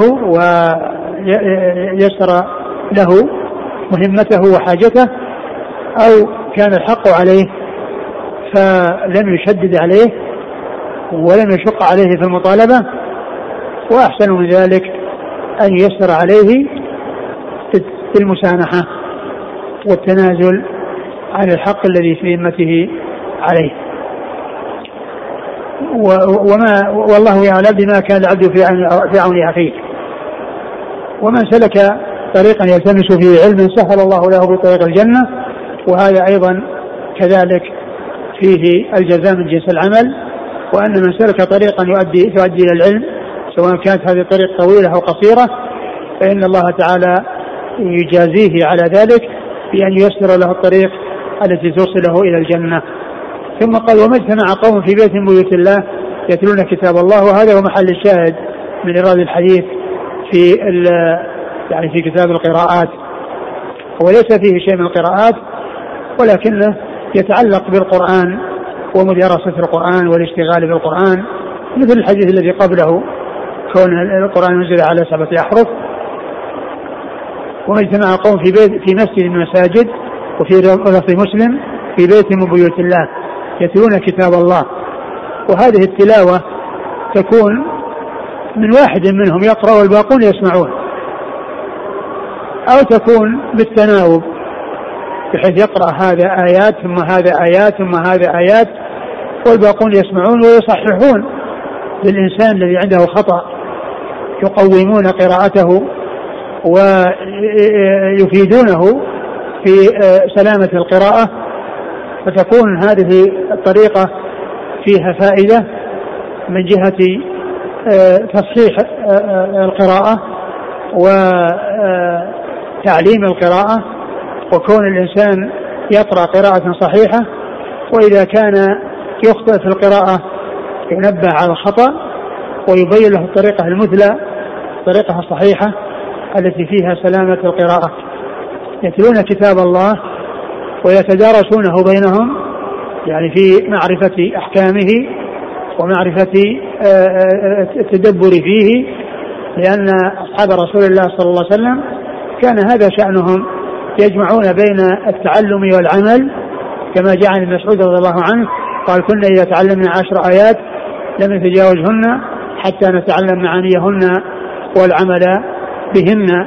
ويسر له مهمته وحاجته، أو كان الحق عليه فلم يشدد عليه ولم يشق عليه في المطالبة. وأحسن من ذلك أن يسر عليه في المسامحة والتنازل عن الحق الذي في ذمته عليه. وما والله يعلم بما كان العبد في عون أخيه. ومن سلك طريقا يلتمس فيه علما سهل الله له بطريق الجنة، وهذا أيضا كذلك فيه الجزاء من جنس العمل. وأن من سلك طريقا يؤدي تؤدي إلى العلم سواء كانت هذه الطريق طويلة أو قصيرة فإن الله تعالى يجازيه على ذلك بأن ييسر له الطريق التي توصله إلى الجنة. ثم قال وما اجتمع قوم في بيت من بيوت الله يتلون كتاب الله. وهذا هو محل الشاهد من إيراد الحديث في يعني في كتاب القراءات. وليس فيه شيء من القراءات ولكنه يتعلق بالقرآن ومدارسة القرآن والاشتغال بالقرآن، مثل الحديث الذي قبله كون القرآن نزل على سبعة أحرف. وما اجتمع قوم في بيت في مسجد من المساجد، وفي لفظ مسلم في بيت من بيوت الله يتلون كتاب الله. وهذه التلاوة تكون من واحد منهم يقرأ والباقون يسمعون، أو تكون بالتناوب بحيث يقرأ هذا آيات ثم هذا آيات ثم هذا آيات والباقون يسمعون ويصححون للإنسان الذي عنده خطأ، يقومون قراءته ويفيدونه في سلامة القراءة. فتكون هذه الطريقة فيها فائدة من جهة تصحيح القراءة وتعليم القراءة، وكون الإنسان يقرأ قراءة صحيحة. وإذا كان يخطئ في القراءة ينبه على الخطأ ويبين له الطريقة المثلى، الطريقة الصحيحة التي فيها سلامة القراءة. يتلون كتاب الله ويتدارسونه بينهم، يعني في معرفة أحكامه ومعرفة التدبر فيه، لأن أصحاب رسول الله صلى الله عليه وسلم كان هذا شأنهم، يجمعون بين التعلم والعمل، كما جاء عن ابن مسعود رضي الله عنه قال كنا إذا تعلمنا عشر آيات لم نتجاوزهن حتى نتعلم معانيهن والعمل بهن.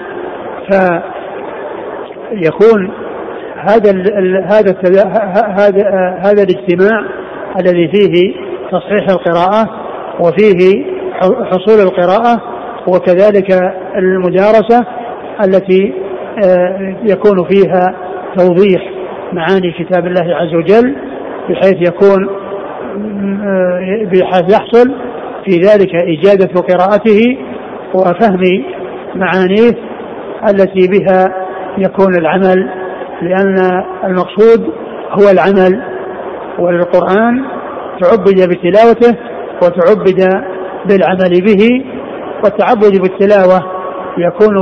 فيكون هذا ال هذا هذا هذا الاجتماع الذي فيه تصحيح القراءة وفيه حصول القراءة وكذلك المدارسة التي يكون فيها توضيح معاني كتاب الله عز وجل، بحيث يكون بحيث يحصل في ذلك إجادة قراءته وفهم معانيه التي بها يكون العمل، لأن المقصود هو العمل، والقرآن تعبد بتلاوته وتعبد بالعمل به، والتعبد بالتلاوة يكون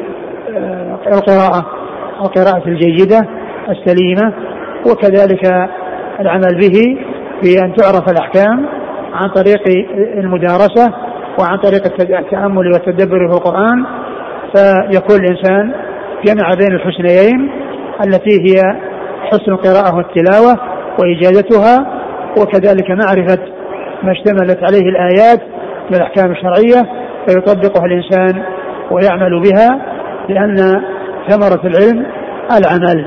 بالقراءة القراءة الجيدة السليمة، وكذلك العمل به بأن تعرف الأحكام عن طريق المدارسة وعن طريق التأمل والتدبر في القرآن، فيكون الإنسان جمع بين الحسنيين التي هي حسن القراءة والتلاوة وإجازتها، وكذلك معرفة ما اشتملت عليه الآيات من الأحكام الشرعية فيطبقها الإنسان ويعمل بها، لأن ثمرة العلم العمل.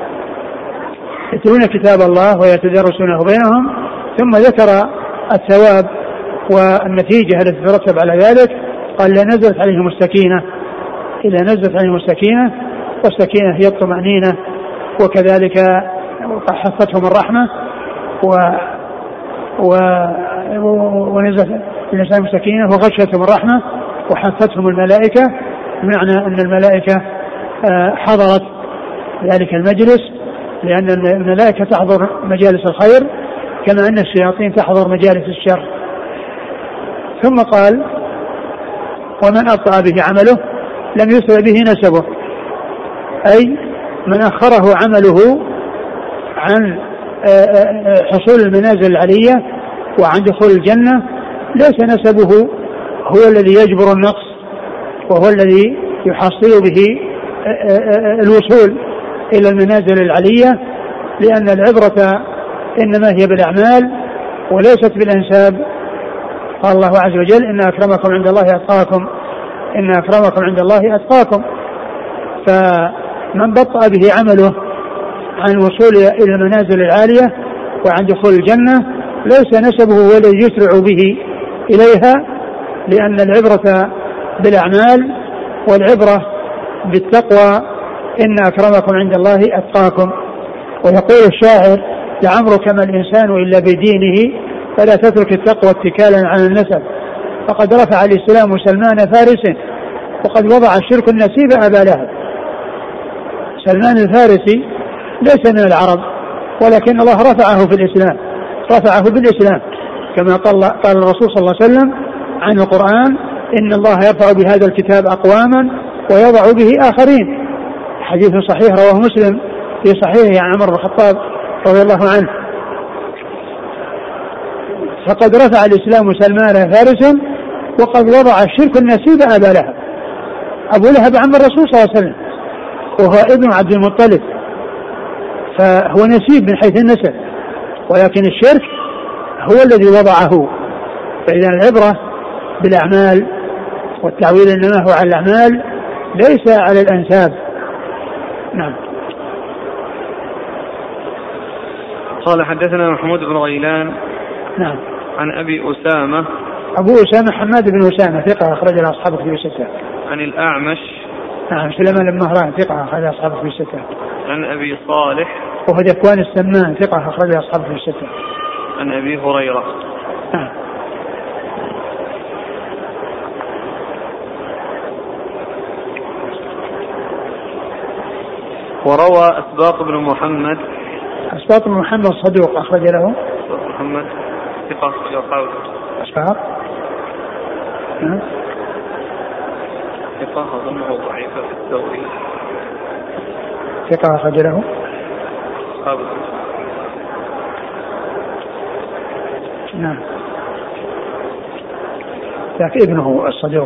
يتلون كتاب الله ويتدرسونه بينهم، ثم ذكر الثواب والنتيجة التي ترتب على ذلك، قال لا نزلت عليهم السكينة، إذا نزلت عليهم السكينة، والسكينة هي الطمأنينة، وكذلك حفتهم الرحمة و و ونزلت الإنسان السكينة وغشتهم الرحمة وحفتهم الملائكة، بمعنى أن الملائكة حضرت ذلك المجلس، لأن الملائكة تحضر مجالس الخير كما أن الشياطين تحضر مجالس الشر. ثم قال ومن أبطأ به عمله لم يسرع به نسبه، أي من أخره عمله عن حصول المنازل العلية وعن دخول الجنة ليس نسبه هو الذي يجبر النقص وهو الذي يحصل به الوصول إلى المنازل العلية، لأن العبرة إنما هي بالأعمال وليست بالأنساب. قال الله عز وجل إن أكرمكم عند الله أتقاكم، إن أكرمكم عند الله أتقاكم. فمن بطأ به عمله عن الوصول إلى المنازل العالية وعن دخول الجنة ليس نسبه هو الذي يسرع به إليها، لأن العبرة بالأعمال والعبرة بالتقوى، إن أكرمكم عند الله أتقاكم. ويقول الشاعر لعمرك ما الإنسان إلا بدينه فلا تترك التقوى اتكالا على النسب، فقد رفع الإسلام سلمان فارس وقد وضع الشرك النسيب أبا لهب. سلمان الفارسي ليس من العرب، ولكن الله رفعه في الإسلام، رفعه بالإسلام، كما قال الرسول صلى الله عليه وسلم عن القرآن إن الله يرفع بهذا الكتاب أقواما ويضع به آخرين، حديث صحيح رواه مسلم في صحيحه عن عمر بن الخطاب رضي الله عنه. فقد رفع الإسلام سلمان فارسا وقد وضع الشرك النسيب أبا لهب. أبو لهب عم الرسول صلى الله عليه وسلم وهو ابن عبد المطلب، فهو نسيب من حيث النسب، ولكن الشرك هو الذي وضعه. فإذا العبرة بالأعمال والتعويل إنما هو على الأعمال ليس على الأنساب. نعم. قال حدثنا محمود بن غيلان نعم عن أبي أسامة. أبو أسامة حماد بن أسامة ثقة أخرج له أصحاب كتب الستة. عن الأعمش نعم سليمان بن مهران ثقة أخرج له أصحاب كتب الستة. عن أبي صالح وهو ذكوان السمان ثقة أخرج له أصحاب كتب الستة. عن أبي هريرة. نعم. وروى أسباط بن محمد. أسباط بن محمد صدوق أخرج له. محمد ثقة يقال. أسباط. نعم. ثقة أظنه ضعيفة في الدوري. ثقة أخرج له. أبو. نعم. ذاك ابنه الصدوق.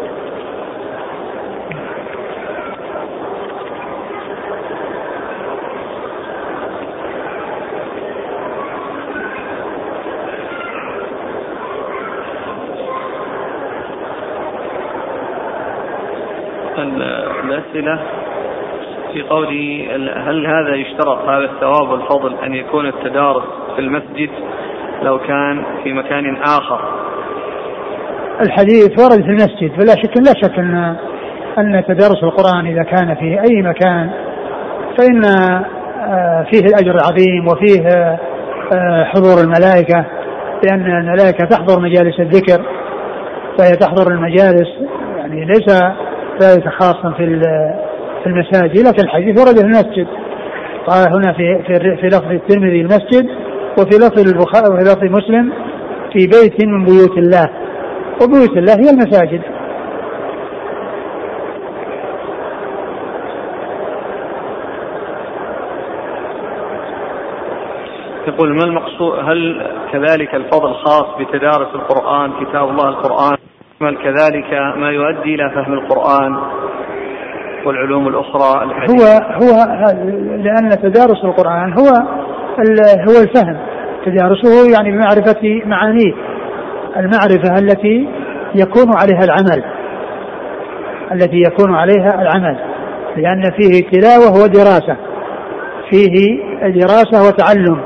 الأسئلة في قوله هل هذا يشترط هذا الثواب والفضل أن يكون التدارس في المسجد لو كان في مكان آخر؟ الحديث ورد في المسجد، فلا شك لا شك أن أن تدارس القرآن إذا كان في أي مكان فإن فيه الأجر العظيم وفيه حضور الملائكة، لأن الملائكة تحضر مجالس الذكر، فهي تحضر المجالس يعني يعني ليس ذلك خاصا في في المساجد، لكن الحديث ورد في المسجد. قال هنا في في, في لفظ الترمذي المسجد، وفي لفظ البخاري وفي لفظ مسلم في بيت من بيوت الله، وبيوت الله هي المساجد. يقول ما المقصود؟ هل كذلك الفضل خاص بتدارس القرآن كتاب الله القرآن، هل كذلك ما يؤدي إلى فهم القرآن والعلوم الأخرى الحديث؟ هو هو لأن تدارس القرآن هو هو الفهم، تدارسه يعني بمعرفة معانيه، المعرفة التي يكون عليها العمل التي يكون عليها العمل لأن فيه تلاوة ودراسة، فيه دراسة وتعلم.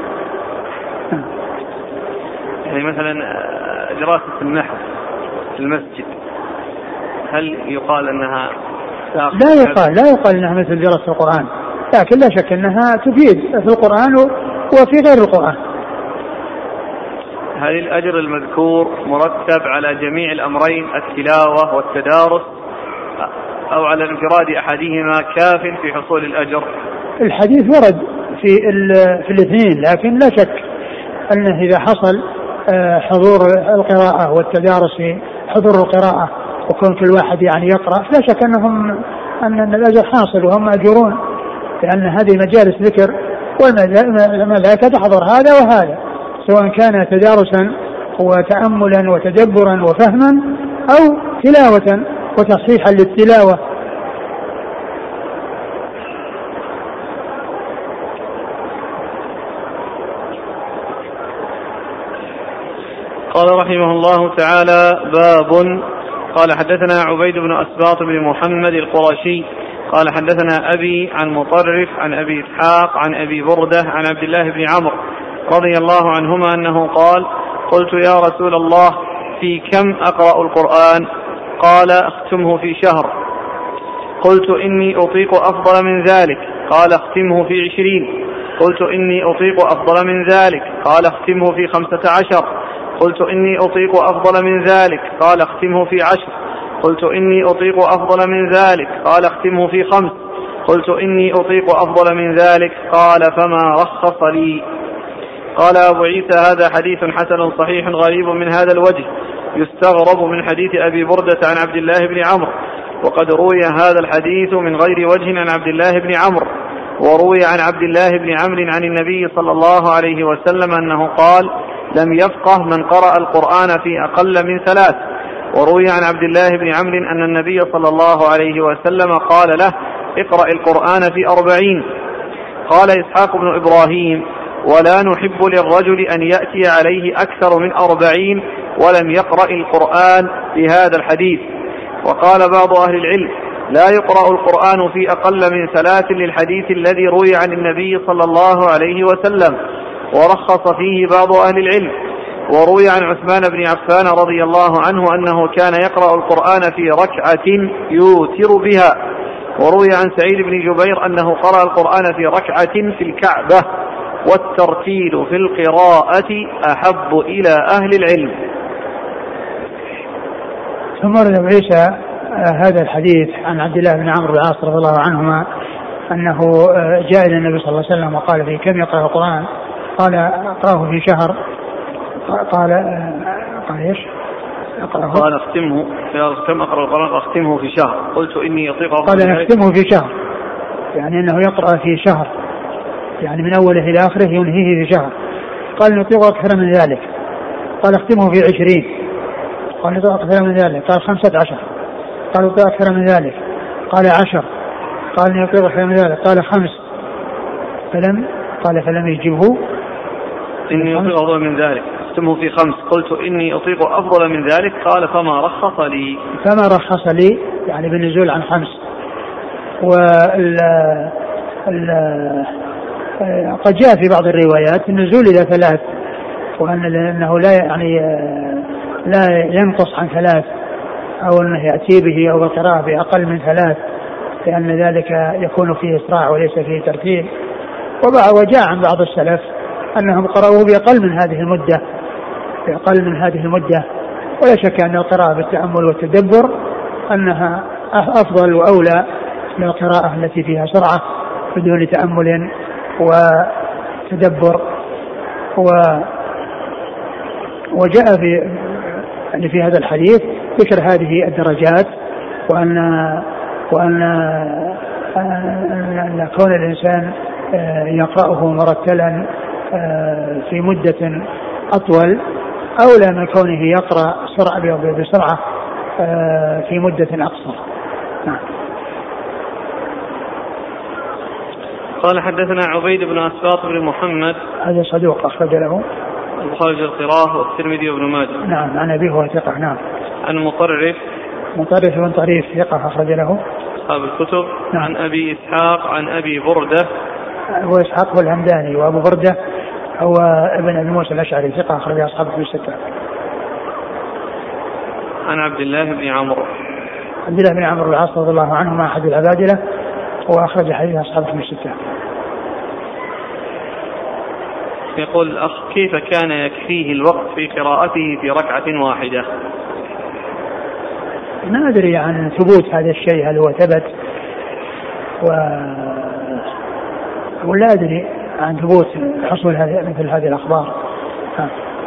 يعني مثلا دراسة النحو في المسجد هل يقال أنها لا يقال لا يقال أنها مثل دراسة القرآن، لكن لا شك أنها تفيد في القرآن وفي غير القرآن. هل الأجر المذكور مرتب على جميع الأمرين التلاوة والتدارس أو على انفراد أحدهما كاف في حصول الأجر؟ الحديث ورد في, في الاثنين، لكن لا شك أنه إذا حصل حضور القراءة والتدارس في حضور القراءة وكون كل واحد يعني يقرأ، لا شك أنهم أن الأجر حاصل وهم أجرون، لأن هذه مجالس ذكر والملائكة تحضر هذا وهذا، سواء كان تدارسا وتأملا وتدبرا وفهما أو تلاوة وتصحيحا للتلاوة. قال رحمه الله تعالى باب. قال حدثنا عبيد بن أسباط بن محمد القرشي قال حدثنا أبي عن مطرف عن أبي إسحاق عن أبي بردة عن عبد الله بن عمرو رضي الله عنهما أنه قال قلت يا رسول الله في كم أقرأ القرآن؟ قال اختمه في شهر. قلت إني أطيق أفضل من ذلك. قال اختمه في عشرين. قلت إني أطيق أفضل من ذلك. قال اختمه في خمسة عشر. قلت إني أطيق أفضل من ذلك. قال اختمه في عشر. قلت إني أطيق أفضل من ذلك. قال اختمه في خمس. قلت إني أطيق أفضل من ذلك. قال فما رخص لي. قال أبو عيسى هذا حديث حسن صحيح غريب من هذا الوجه، يستغرب من حديث أبي بردة عن عبد الله بن عمرو، وقد روي هذا الحديث من غير وجه عن عبد الله بن عمرو، وروي عن عبد الله بن عمرو عن النبي صلى الله عليه وسلم أنه قال لم يفقه من قرأ القرآن في أقل من ثلاث. وروي عن عبد الله بن عمرو أن النبي صلى الله عليه وسلم قال له اقرأ القرآن في أربعين. قال إسحاق بن إبراهيم ولا نحب للرجل أن يأتي عليه أكثر من أربعين ولم يقرأ القرآن في هذا الحديث. وقال بعض أهل العلم لا يقرأ القرآن في أقل من ثلاث للحديث الذي روي عن النبي صلى الله عليه وسلم، ورخص فيه بعض أهل العلم. وروي عن عثمان بن عفان رضي الله عنه أنه كان يقرأ القرآن في ركعة يوتر بها. وروي عن سعيد بن جبير أنه قرأ القرآن في ركعة في الكعبة. والترتيل في القراءة أحب إلى أهل العلم. ثم ورد أبو عيسى هذا الحديث عن عبد الله بن عمرو بن العاص رضي الله عنهما أنه جاء إلى النبي صلى الله عليه وسلم وقال في كم يقرأ القرآن؟ قال أقرأه في شهر. قال قال إيش؟ أقرأه. قال اختمه كم أقرأ القرآن؟ اختمه في شهر. قلت إني أطيق. قال اختمه في شهر، يعني أنه يقرأ في شهر، يعني من أوله إلى آخره ينهيه في شهر. قال نطيق أكثر من ذلك. قال اختمه في عشرين. قال نطيق أكثر من ذلك. قال خمسة عشر. قال نطيق أكثر من ذلك. قال عشر. قال نطيق أكثر من ذلك. قال خمس. فلم قال فلم يجبه. إني أطيق أفضل من ذلك. اختمه في خمس. قلت إني أطيق أفضل من ذلك. قال فما رخص لي. فما رخص لي يعني بالنزول عن خمس. وال قد جاء في بعض الروايات النزول إلى ثلاث، وأنه لا يعني لا ينقص عن ثلاث، أو أنه يأتي به أو القراءة بأقل من ثلاث، لأن ذلك يكون فيه إسراع وليس فيه ترتيب. وجاء عن بعض السلف أنهم قرأوه بأقل من هذه المدة بأقل من هذه المدة ولا شك أن القراءة بالتأمل والتدبر أنها أفضل وأولى للقراءة التي فيها سرعة بدون تأمل وتدبر. و وجاء في يعني في هذا الحديث ذكر هذه الدرجات، وأن وأن أن كون الإنسان يقرأه مرتلا في مدة أطول أولى من كونه يقرأ سرعة بسرعة في مدة أقصر. قال حدثنا عبيد بن أسباط بن محمد، هذا صدوق أخرج له البخاري القراءة والترمذي وابن ماجه. نعم عن أبيه هو ثقة. نعم. عن مطرف مطرف بن طريف ثقة أخرج له أصحاب الكتب. نعم. عن أبي إسحاق عن أبي بردة، هو إسحاق هو الهمداني، وأبو بردة هو ابن أبي موسى الأشعري ثقة أخرج أصحاب الكتب الستة. عن عبد الله بن عمرو عبد الله بن عمرو العاص رضي الله عنهما أحد العبادلة وأخرج حديث أصحاب الكتب الستة. يقول الأخ: كيف كان يكفيه الوقت في قراءته في ركعة واحدة؟ ما أدري عن ثبوت هذا الشيء، هل هو ثبت و... ولا أدري عن ثبوت حصول مثل هذه الأخبار. ها.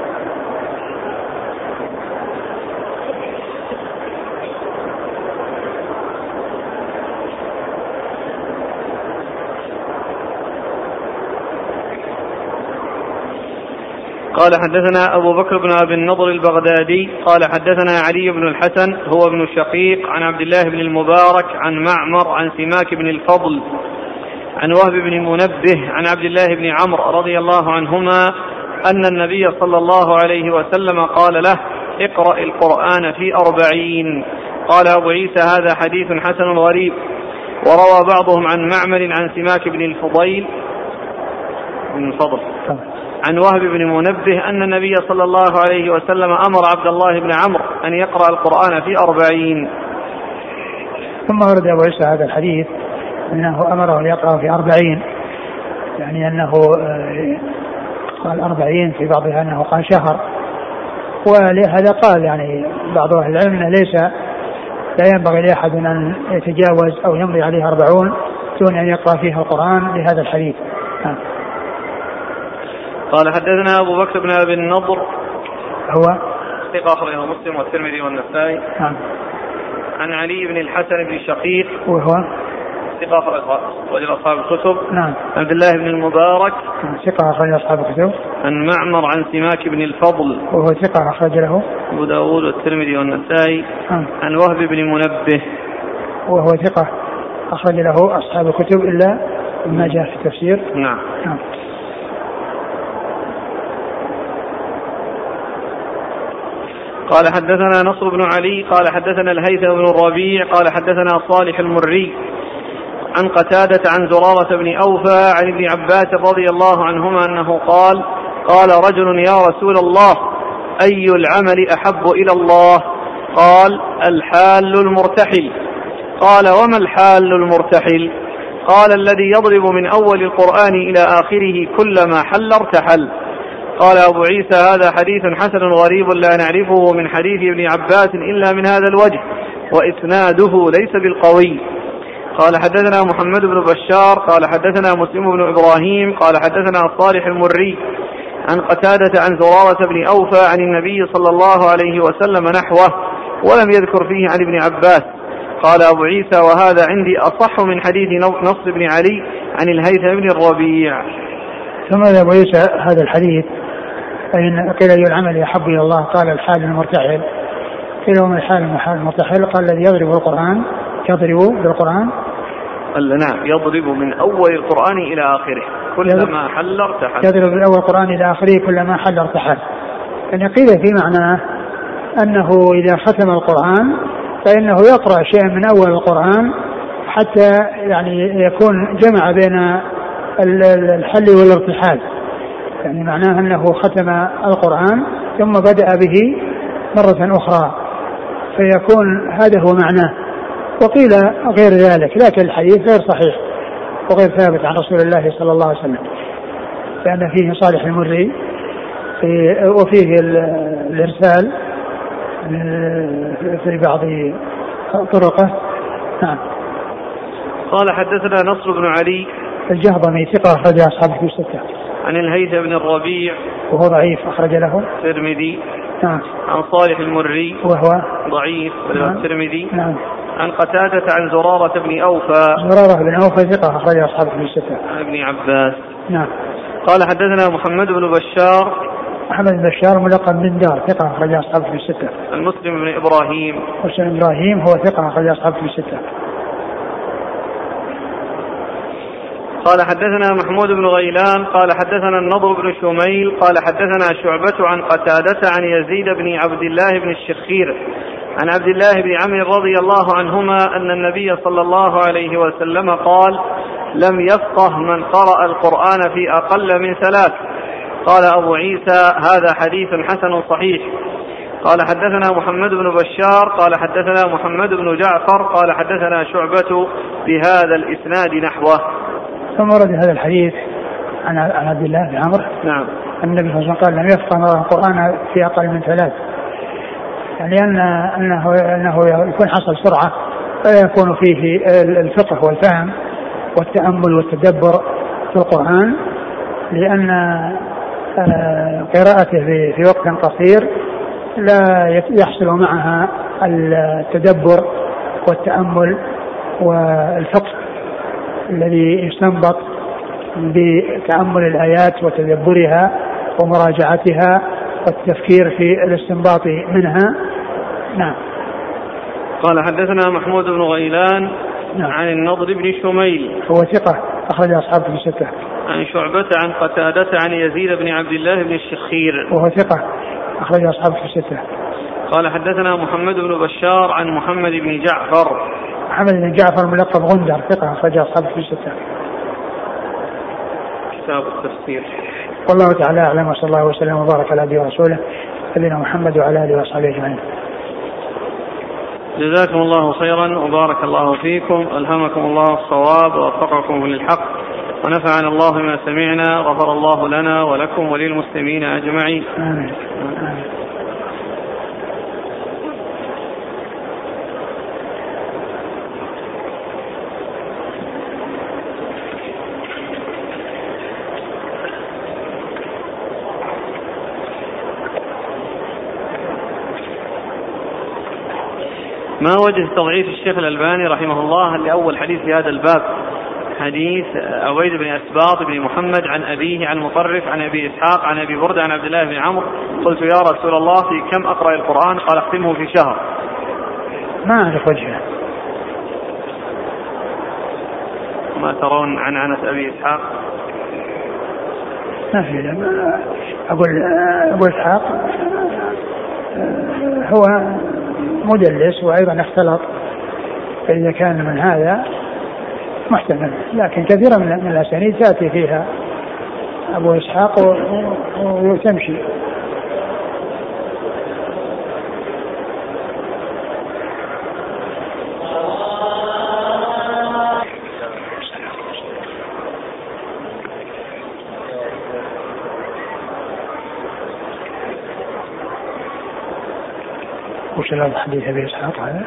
قال حدثنا أبو بكر بن أبي النضر البغدادي قال حدثنا علي بن الحسن هو ابن شقيق عن عبد الله بن المبارك عن معمر عن سماك بن الفضل عن وهب بن منبه عن عبد الله بن عمرو رضي الله عنهما أن النبي صلى الله عليه وسلم قال له: اقرأ القرآن في أربعين. قال أبو عيسى: هذا حديث حسن غريب. وروى بعضهم عن معمر عن سماك بن الفضيل بن الفضل عن وهب بن منبه أن النبي صلى الله عليه وسلم أمر عبد الله بن عمرو أن يقرأ القرآن في أربعين. ثم ورد أبو عيسى هذا الحديث أنه أمره أن يقرأ في أربعين، يعني أنه قال أربعين، في بعضها أنه قال شهر. ولهذا قال يعني بعض أهل العلم أنه ليس لا ينبغي لأحد أن يتجاوز أو يمضي عليه أربعون دون أن يقرأ فيها القرآن لهذا الحديث. قال حدثنا أبو بكر بن أبي النضر هو ثقة أخرجه مسلم والترمذي والنسائي. نعم. عن علي بن الحسن بن شقيق وهو ثقة أخرج أصحاب الكتب. نعم. عبد الله بن المبارك ثقة أخرج أصحاب الكتب. عن معمر عن سماك بن الفضل وهو ثقة أخرج له أبو داود والترمذي والنسائي. نعم. عن وهب بن منبه وهو ثقة أخرج له أصحاب الكتب إلا ما جاء في التفسير. نعم. نعم. قال حدثنا نصر بن علي قال حدثنا الهيثم بن الربيع قال حدثنا صالح المري عن قتادة عن زرارة بن أوفى عن ابن عباس رضي الله عنهما أنه قال: قال رجل: يا رسول الله، أي العمل أحب إلى الله؟ قال: الحال المرتحل. قال: وما الحال المرتحل؟ قال: الذي يضرب من أول القرآن إلى آخره كلما حل ارتحل. قال أبو عيسى: هذا حديث حسن غريب لا نعرفه من حديث ابن عباس إلا من هذا الوجه، وإسناده ليس بالقوي. قال حدثنا محمد بن بشار قال حدثنا مسلم بن إبراهيم قال حدثنا صالح المري عن قتادة عن زرارة بن أوفى عن النبي صلى الله عليه وسلم نحوه، ولم يذكر فيه عن ابن عباس. قال أبو عيسى: وهذا عندي أصح من حديث نصر بن علي عن الهيثم بن الربيع. ثم أبو عيسى هذا الحديث فإن قيل: أي العمل يحب إلى الله؟ قال: الحال المرتحل. قيل: وما الحال المرتحل؟ قال: الذي يضرب القرآن يضرب بالقرآن. قال: نعم، يضرب من أول القرآن إلى آخره كلما حل ارتحل. يضرب من أول القرآن إلى آخره كلما حل ارتحل. يعني قيل في معناه أنه إذا ختم القرآن فإنه يقرأ شيئا من أول القرآن حتى يعني يكون جمع بين الحل والارتحال. يعني معناه أنه ختم القرآن ثم بدأ به مرة أخرى، فيكون هذا هو معناه. وقيل غير ذلك، لكن الحديث غير صحيح وغير ثابت عن رسول الله صلى الله عليه وسلم، لأن فيه صالح المري وفيه الإرسال في بعض طرقه. نعم. قال حدثنا نصر بن علي الجهضمي ثقة أخرج أصحابه في الستة. عن الهيثم بن الربيع وهو ضعيف أخرج له الترمذي. نعم. عن صالح المري وهو ضعيف الترمذي. نعم. نعم. عن قتادة عن زرارة بن أوفى زرارة بن أوفى ثقة أخرج أصحابه في الستة. عن ابن عباس. نعم. قال حدثنا محمد بن بشار محمد بن بشار ملقب من دار ثقة أخرج أصحابه في الستة. المسلم بن إبراهيم مسلم بن إبراهيم هو ثقة أخرج أصحابه في الستة. قال حدثنا محمود بن غيلان قال حدثنا النضر بن شميل قال حدثنا شعبة عن قتادة عن يزيد بن عبد الله بن الشخير عن عبد الله بن عمرو رضي الله عنهما أن النبي صلى الله عليه وسلم قال لم يفقه من قرأ القرآن في أقل من ثلاث. قال أبو عيسى هذا حديث حسن صحيح. قال حدثنا محمد بن بشار قال حدثنا محمد بن جعفر قال حدثنا شعبة بهذا الإسناد نحوه. ثم ورد هذا الحديث عن عبد الله بن عمرو. نعم. النبي صلى الله عليه وسلم قال لم يفقه القرآن في أقل من ثلاث، يعني أن أنه أنه يكون حصل سرعة فيكون فيه الفقه والفهم والتأمل والتدبر في القرآن، لأن قراءته في وقت قصير لا يحصل معها التدبر والتأمل والفقه الذي يستنبط بتأمل الآيات وتدبرها ومراجعتها والتفكير في الاستنباط منها. نعم. قال حدثنا محمود بن غيلان. نعم. عن النضر بن شميل هو ثقة أخرج أصحابه في الستة. عن شعبة عن قتادة عن يزيد بن عبد الله بن الشخير وهو ثقة أخرج أصحابه في الستة. قال حدثنا محمد بن بشار عن محمد بن جعفر. محمد بن جعفر ملقب غندر ثقة أخرج أصحابه في الستة. كتاب التفسير. والله تعالى أعلم، وصلى الله وسلم وبارك على نبينا ورسوله نبينا محمد وعلى آله وصحبه أجمعين. جزاكم الله خيرا وبارك الله فيكم، ألهمكم الله الصواب ووفقكم للحق ونفعنا الله ما سمعنا، غفر الله لنا ولكم وللمسلمين أجمعين. آمين. آمين. ما وجه تضعيف الشيخ الألباني رحمه الله لأول حديث في هذا الباب، حديث عبيد بن أسباط بن محمد عن أبيه عن مطرف عن أبي إسحاق عن أبي بردة عن عبد الله بن عمرو قلت يا رسول الله في كم أقرأ القرآن؟ قال اختمه في شهر. ما أعرف وجهه. ما ترون عن عنة أبي إسحاق؟ ما في. أقول أبو إسحاق هو مدلس وأيضا اختلط، فإذا كان من هذا محتمل، لكن كثيرا من الأسانيد تأتي فيها أبو إسحاق وتمشي. وش الحديث أبي إسحاق هذا؟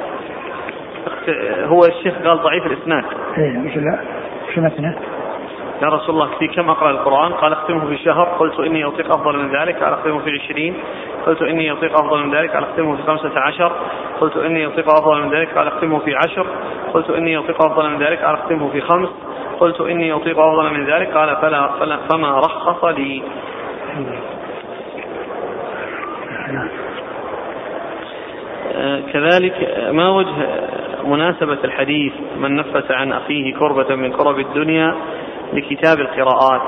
هو الشيخ قال ضعيف الإسناد. إيه مش لا شو مثله؟ يا رسول الله في كم أقرأ القرآن؟ قال اختمه في شهر. قلت إني أطيق أفضل من ذلك. قال اختمه في عشرين. قلت إني أطيق أفضل من ذلك. قال اختمه في خمسة عشر. قلت إني أطيق أفضل من ذلك. قال اختمه في عشر. قلت إني أطيق أفضل من ذلك. قال اختمه في خمس. قلت إني أطيق أفضل من ذلك. قال فلا, فلا فما رخص لي. آه كذلك ما وجه مناسبة الحديث من نفس عن أخيه كربة من كرب الدنيا لكتاب القراءات؟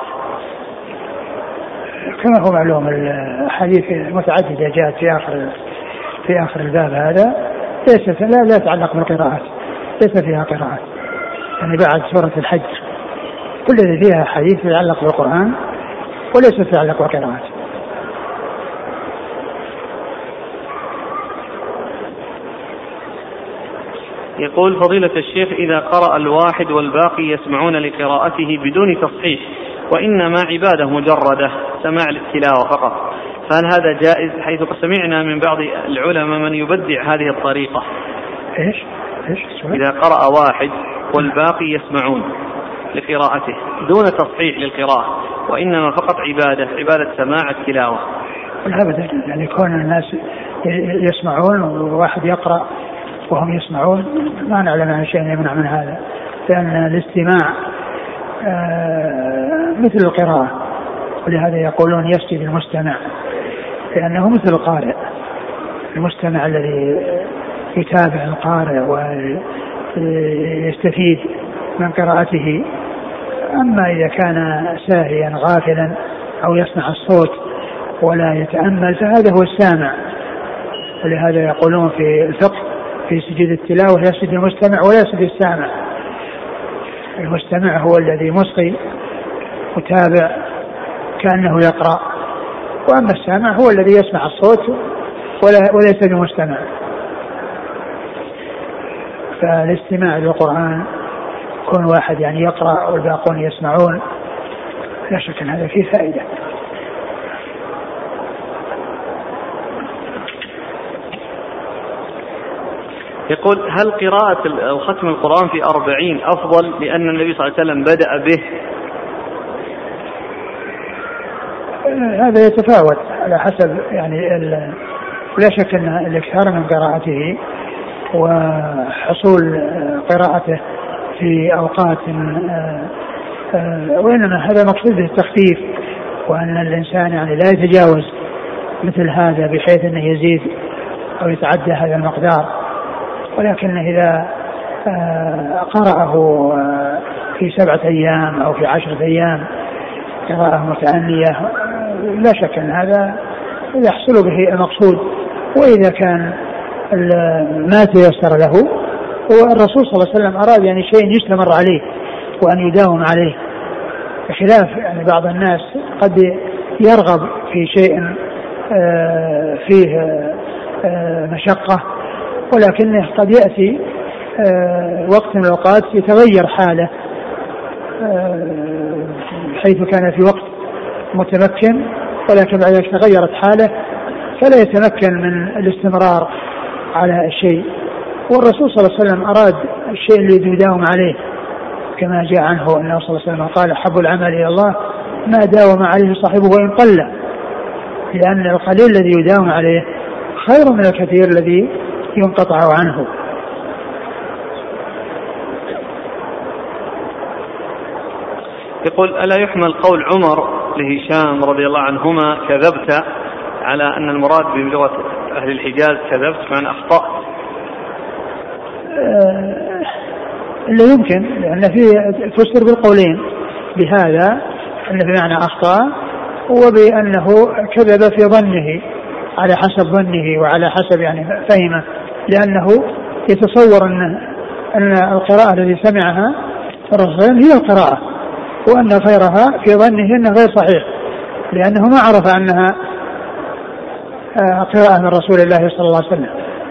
كما هو معلوم الحديث متعددة جاءت في آخر في آخر الباب هذا، ليست لا لا تتعلق بالقراءات، ليس فيها قراءات، يعني بعد سورة الحج كل اللي فيها حديث يتعلق بالقرآن وليس يتعلق بالقراءات. يقول فضيلة الشيخ إذا قرأ الواحد والباقي يسمعون لقراءته بدون تصحيح وإنما عبادة مجردة سماع التلاوة فقط، فهل هذا جائز؟ حيث سمعنا من بعض العلماء من يبدع هذه الطريقة. إيش إيش السؤال؟ إذا قرأ واحد والباقي يسمعون لقراءته دون تصحيح للقراءة وإنما فقط عبادة عبادة سماع التلاوة. أبدا، يعني كون الناس يسمعون وواحد يقرأ وهم يسمعون ما نعلم عن شيء يمنع من هذا، لأن الاستماع مثل القراءة، ولهذا يقولون يسجد المستمع لأنه مثل القارئ. المستمع الذي يتابع القارئ ويستفيد من قراءته. أما إذا كان ساهيا غافلا أو يسمع الصوت ولا يتأمل فهذا هو السامع. ولهذا يقولون في الفقه في سجود التلاوة يسجد المستمع ولا يسجد السامع. المستمع هو الذي مصغي متابع كأنه يقرأ، وأما السامع هو الذي يسمع الصوت ولا وليس بمستمع. فالاستماع للقرآن كون واحد يعني يقرأ والباقون يسمعون لا شك أن هذا فيه فائدة. يقول هل قراءة أو ختم القرآن في أربعين أفضل لأن النبي صلى الله عليه وسلم بدأ به؟ هذا يتفاوت على حسب يعني لا شك أن الإكثار من قراءته وحصول قراءته في أوقات، وإنما هذا مقصود التخفيف، وأن الإنسان يعني لا يتجاوز مثل هذا بحيث أنه يزيد أو يتعدى هذا المقدار. ولكن إذا قرأه في سبعة أيام أو في عشرة أيام قراءة متأنية لا شك أن هذا يحصل به المقصود. وإذا كان ما تيسر له، والرسول صلى الله عليه وسلم أراد يعني شيء يستمر عليه وأن يداوم عليه، بخلاف يعني بعض الناس قد يرغب في شيء فيه مشقة ولكنه قد يأتي وقت من الأوقات يتغير حاله حيث كان في وقت متمكن ولكن بعد ذلك تغيرت حاله فلا يتمكن من الاستمرار على الشيء. والرسول صلى الله عليه وسلم أراد الشيء الذي يداوم عليه، كما جاء عنه أنه صلى الله عليه وسلم قال حب العمل إلى الله ما داوم عليه صاحبه وإن قل، لأن القليل الذي يداوم عليه خير من الكثير الذي ينقطع عنه. يقول ألا يحمل قول عمر لهشام رضي الله عنهما كذبت على أن المراد بلغة أهل الحجاز كذبت معنى أخطأ؟ أه لا يمكن، لأن فيه تفسر بالقولين، بهذا أن في معنى أخطأ وبأنه كذب في ظنه على حسب ظنه وعلى حسب يعني فهمه، لأنه يتصور أن أن القراءة التي سمعها الرسول هي القراءة وأن غيرها في ظنه أنه غير صحيح، لأنه ما عرف أنها قراءة من رسول الله صلى الله عليه وسلم.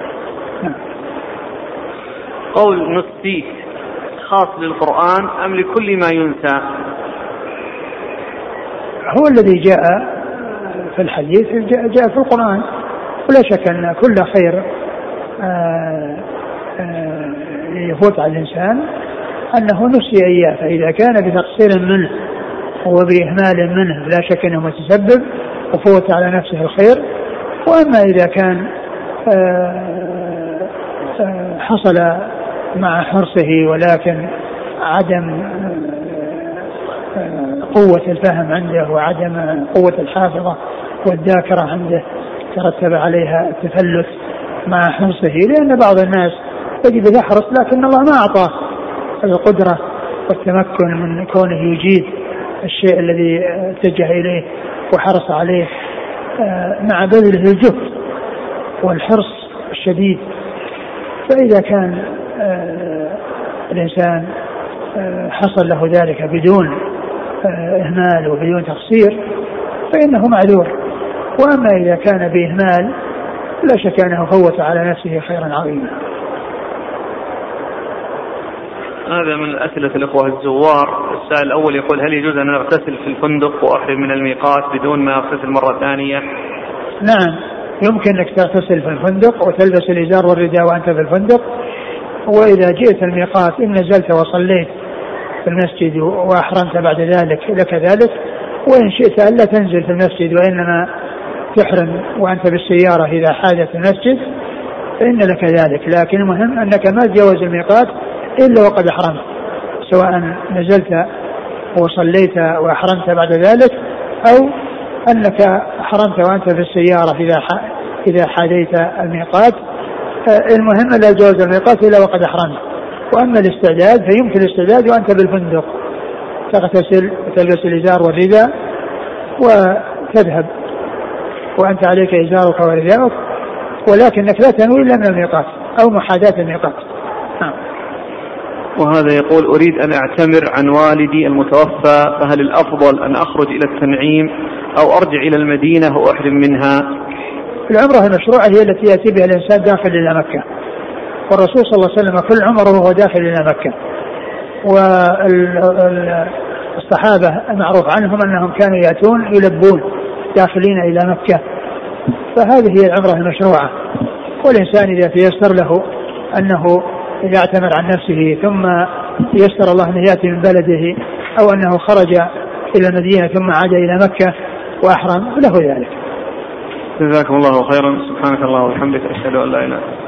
قول نسيت خاص للقرآن أم لكل ما ينسى؟ هو الذي جاء في الحديث جاء, جاء في القرآن، ولا شك أن كل خير آآ آآ يفوت على الإنسان أنه نسي إياه، فإذا كان بتقصير منه وبإهمال منه لا شك أنه متسبب وفوت على نفسه الخير. وأما إذا كان آآ آآ حصل مع حرصه ولكن عدم قوة الفهم عنده وعدم قوة الحافظة والذاكرة عنده ترتب عليها التفلت مع حرصه، لأن بعض الناس يجب يحرص لكن الله ما أعطاه القدرة والتمكن من كونه يجيد الشيء الذي اتجه إليه وحرص عليه مع بذله الجهد والحرص الشديد. فإذا كان الإنسان حصل له ذلك بدون إهمال وبدون تقصير فإنه معذور. وأما إذا كان بإهمال لا شك أنه فوت على نفسه خيرا عظيما. هذا من أسئلة الأخوة الزوار. السائل الأول يقول هل يجوز أن أغتسل في الفندق وأحرم من الميقات بدون ما أغتسل مرة ثانية؟ نعم، يمكن أنك تغتسل في الفندق وتلبس الإزار والرداء وأنت في الفندق وإذا جئت الميقات إن نزلت وصليت في المسجد وأحرمت بعد ذلك لك ذلك، وإن شئت ألا تنزل في المسجد وإنما تحرم وأنت بالسيارة إذا حادث المسجد فإن لك ذلك، لكن المهم أنك ما تجاوز الميقات إلا وقد أحرمت، سواء نزلت وصليت وأحرمت بعد ذلك أو أنك أحرمت وأنت في السيارة إذا إذا حاديت الميقات. المهم لا جواز الميقات إلا وقد أحرمت. وأما الاستعداد فيمكن الاستعداد وأنت بالفندق، تغتسل وتلبس الإزار والرداء وتذهب وأنت عليك إزارك ورداءك، ولكنك لا تنوي إلا من الميقات أو محاذاة الميقات. نعم. وهذا يقول أريد أن أعتمر عن والدي المتوفى، فهل الأفضل أن أخرج إلى التنعيم أو أرجع إلى المدينة وأحرم منها؟ العمرة المشروعة هي التي يأتي بها الإنسان داخل إلى مكة، والرسول صلى الله عليه وسلم كل عمره وهو داخل إلى مكة، والصحابة المعروف عنهم أنهم كانوا يأتون يلبون داخلين إلى مكة، فهذه هي العمرة المشروعة. والإنسان إذا تيسر له أنه إذا اعتمر عن نفسه ثم يسر الله أن يأتي من بلده أو أنه خرج إلى المدينة ثم عاد إلى مكة وأحرم له ذلك. جزاكم الله خيرا. سبحانك الله وبحمدك، أشهد أن لا إله إلا أنت.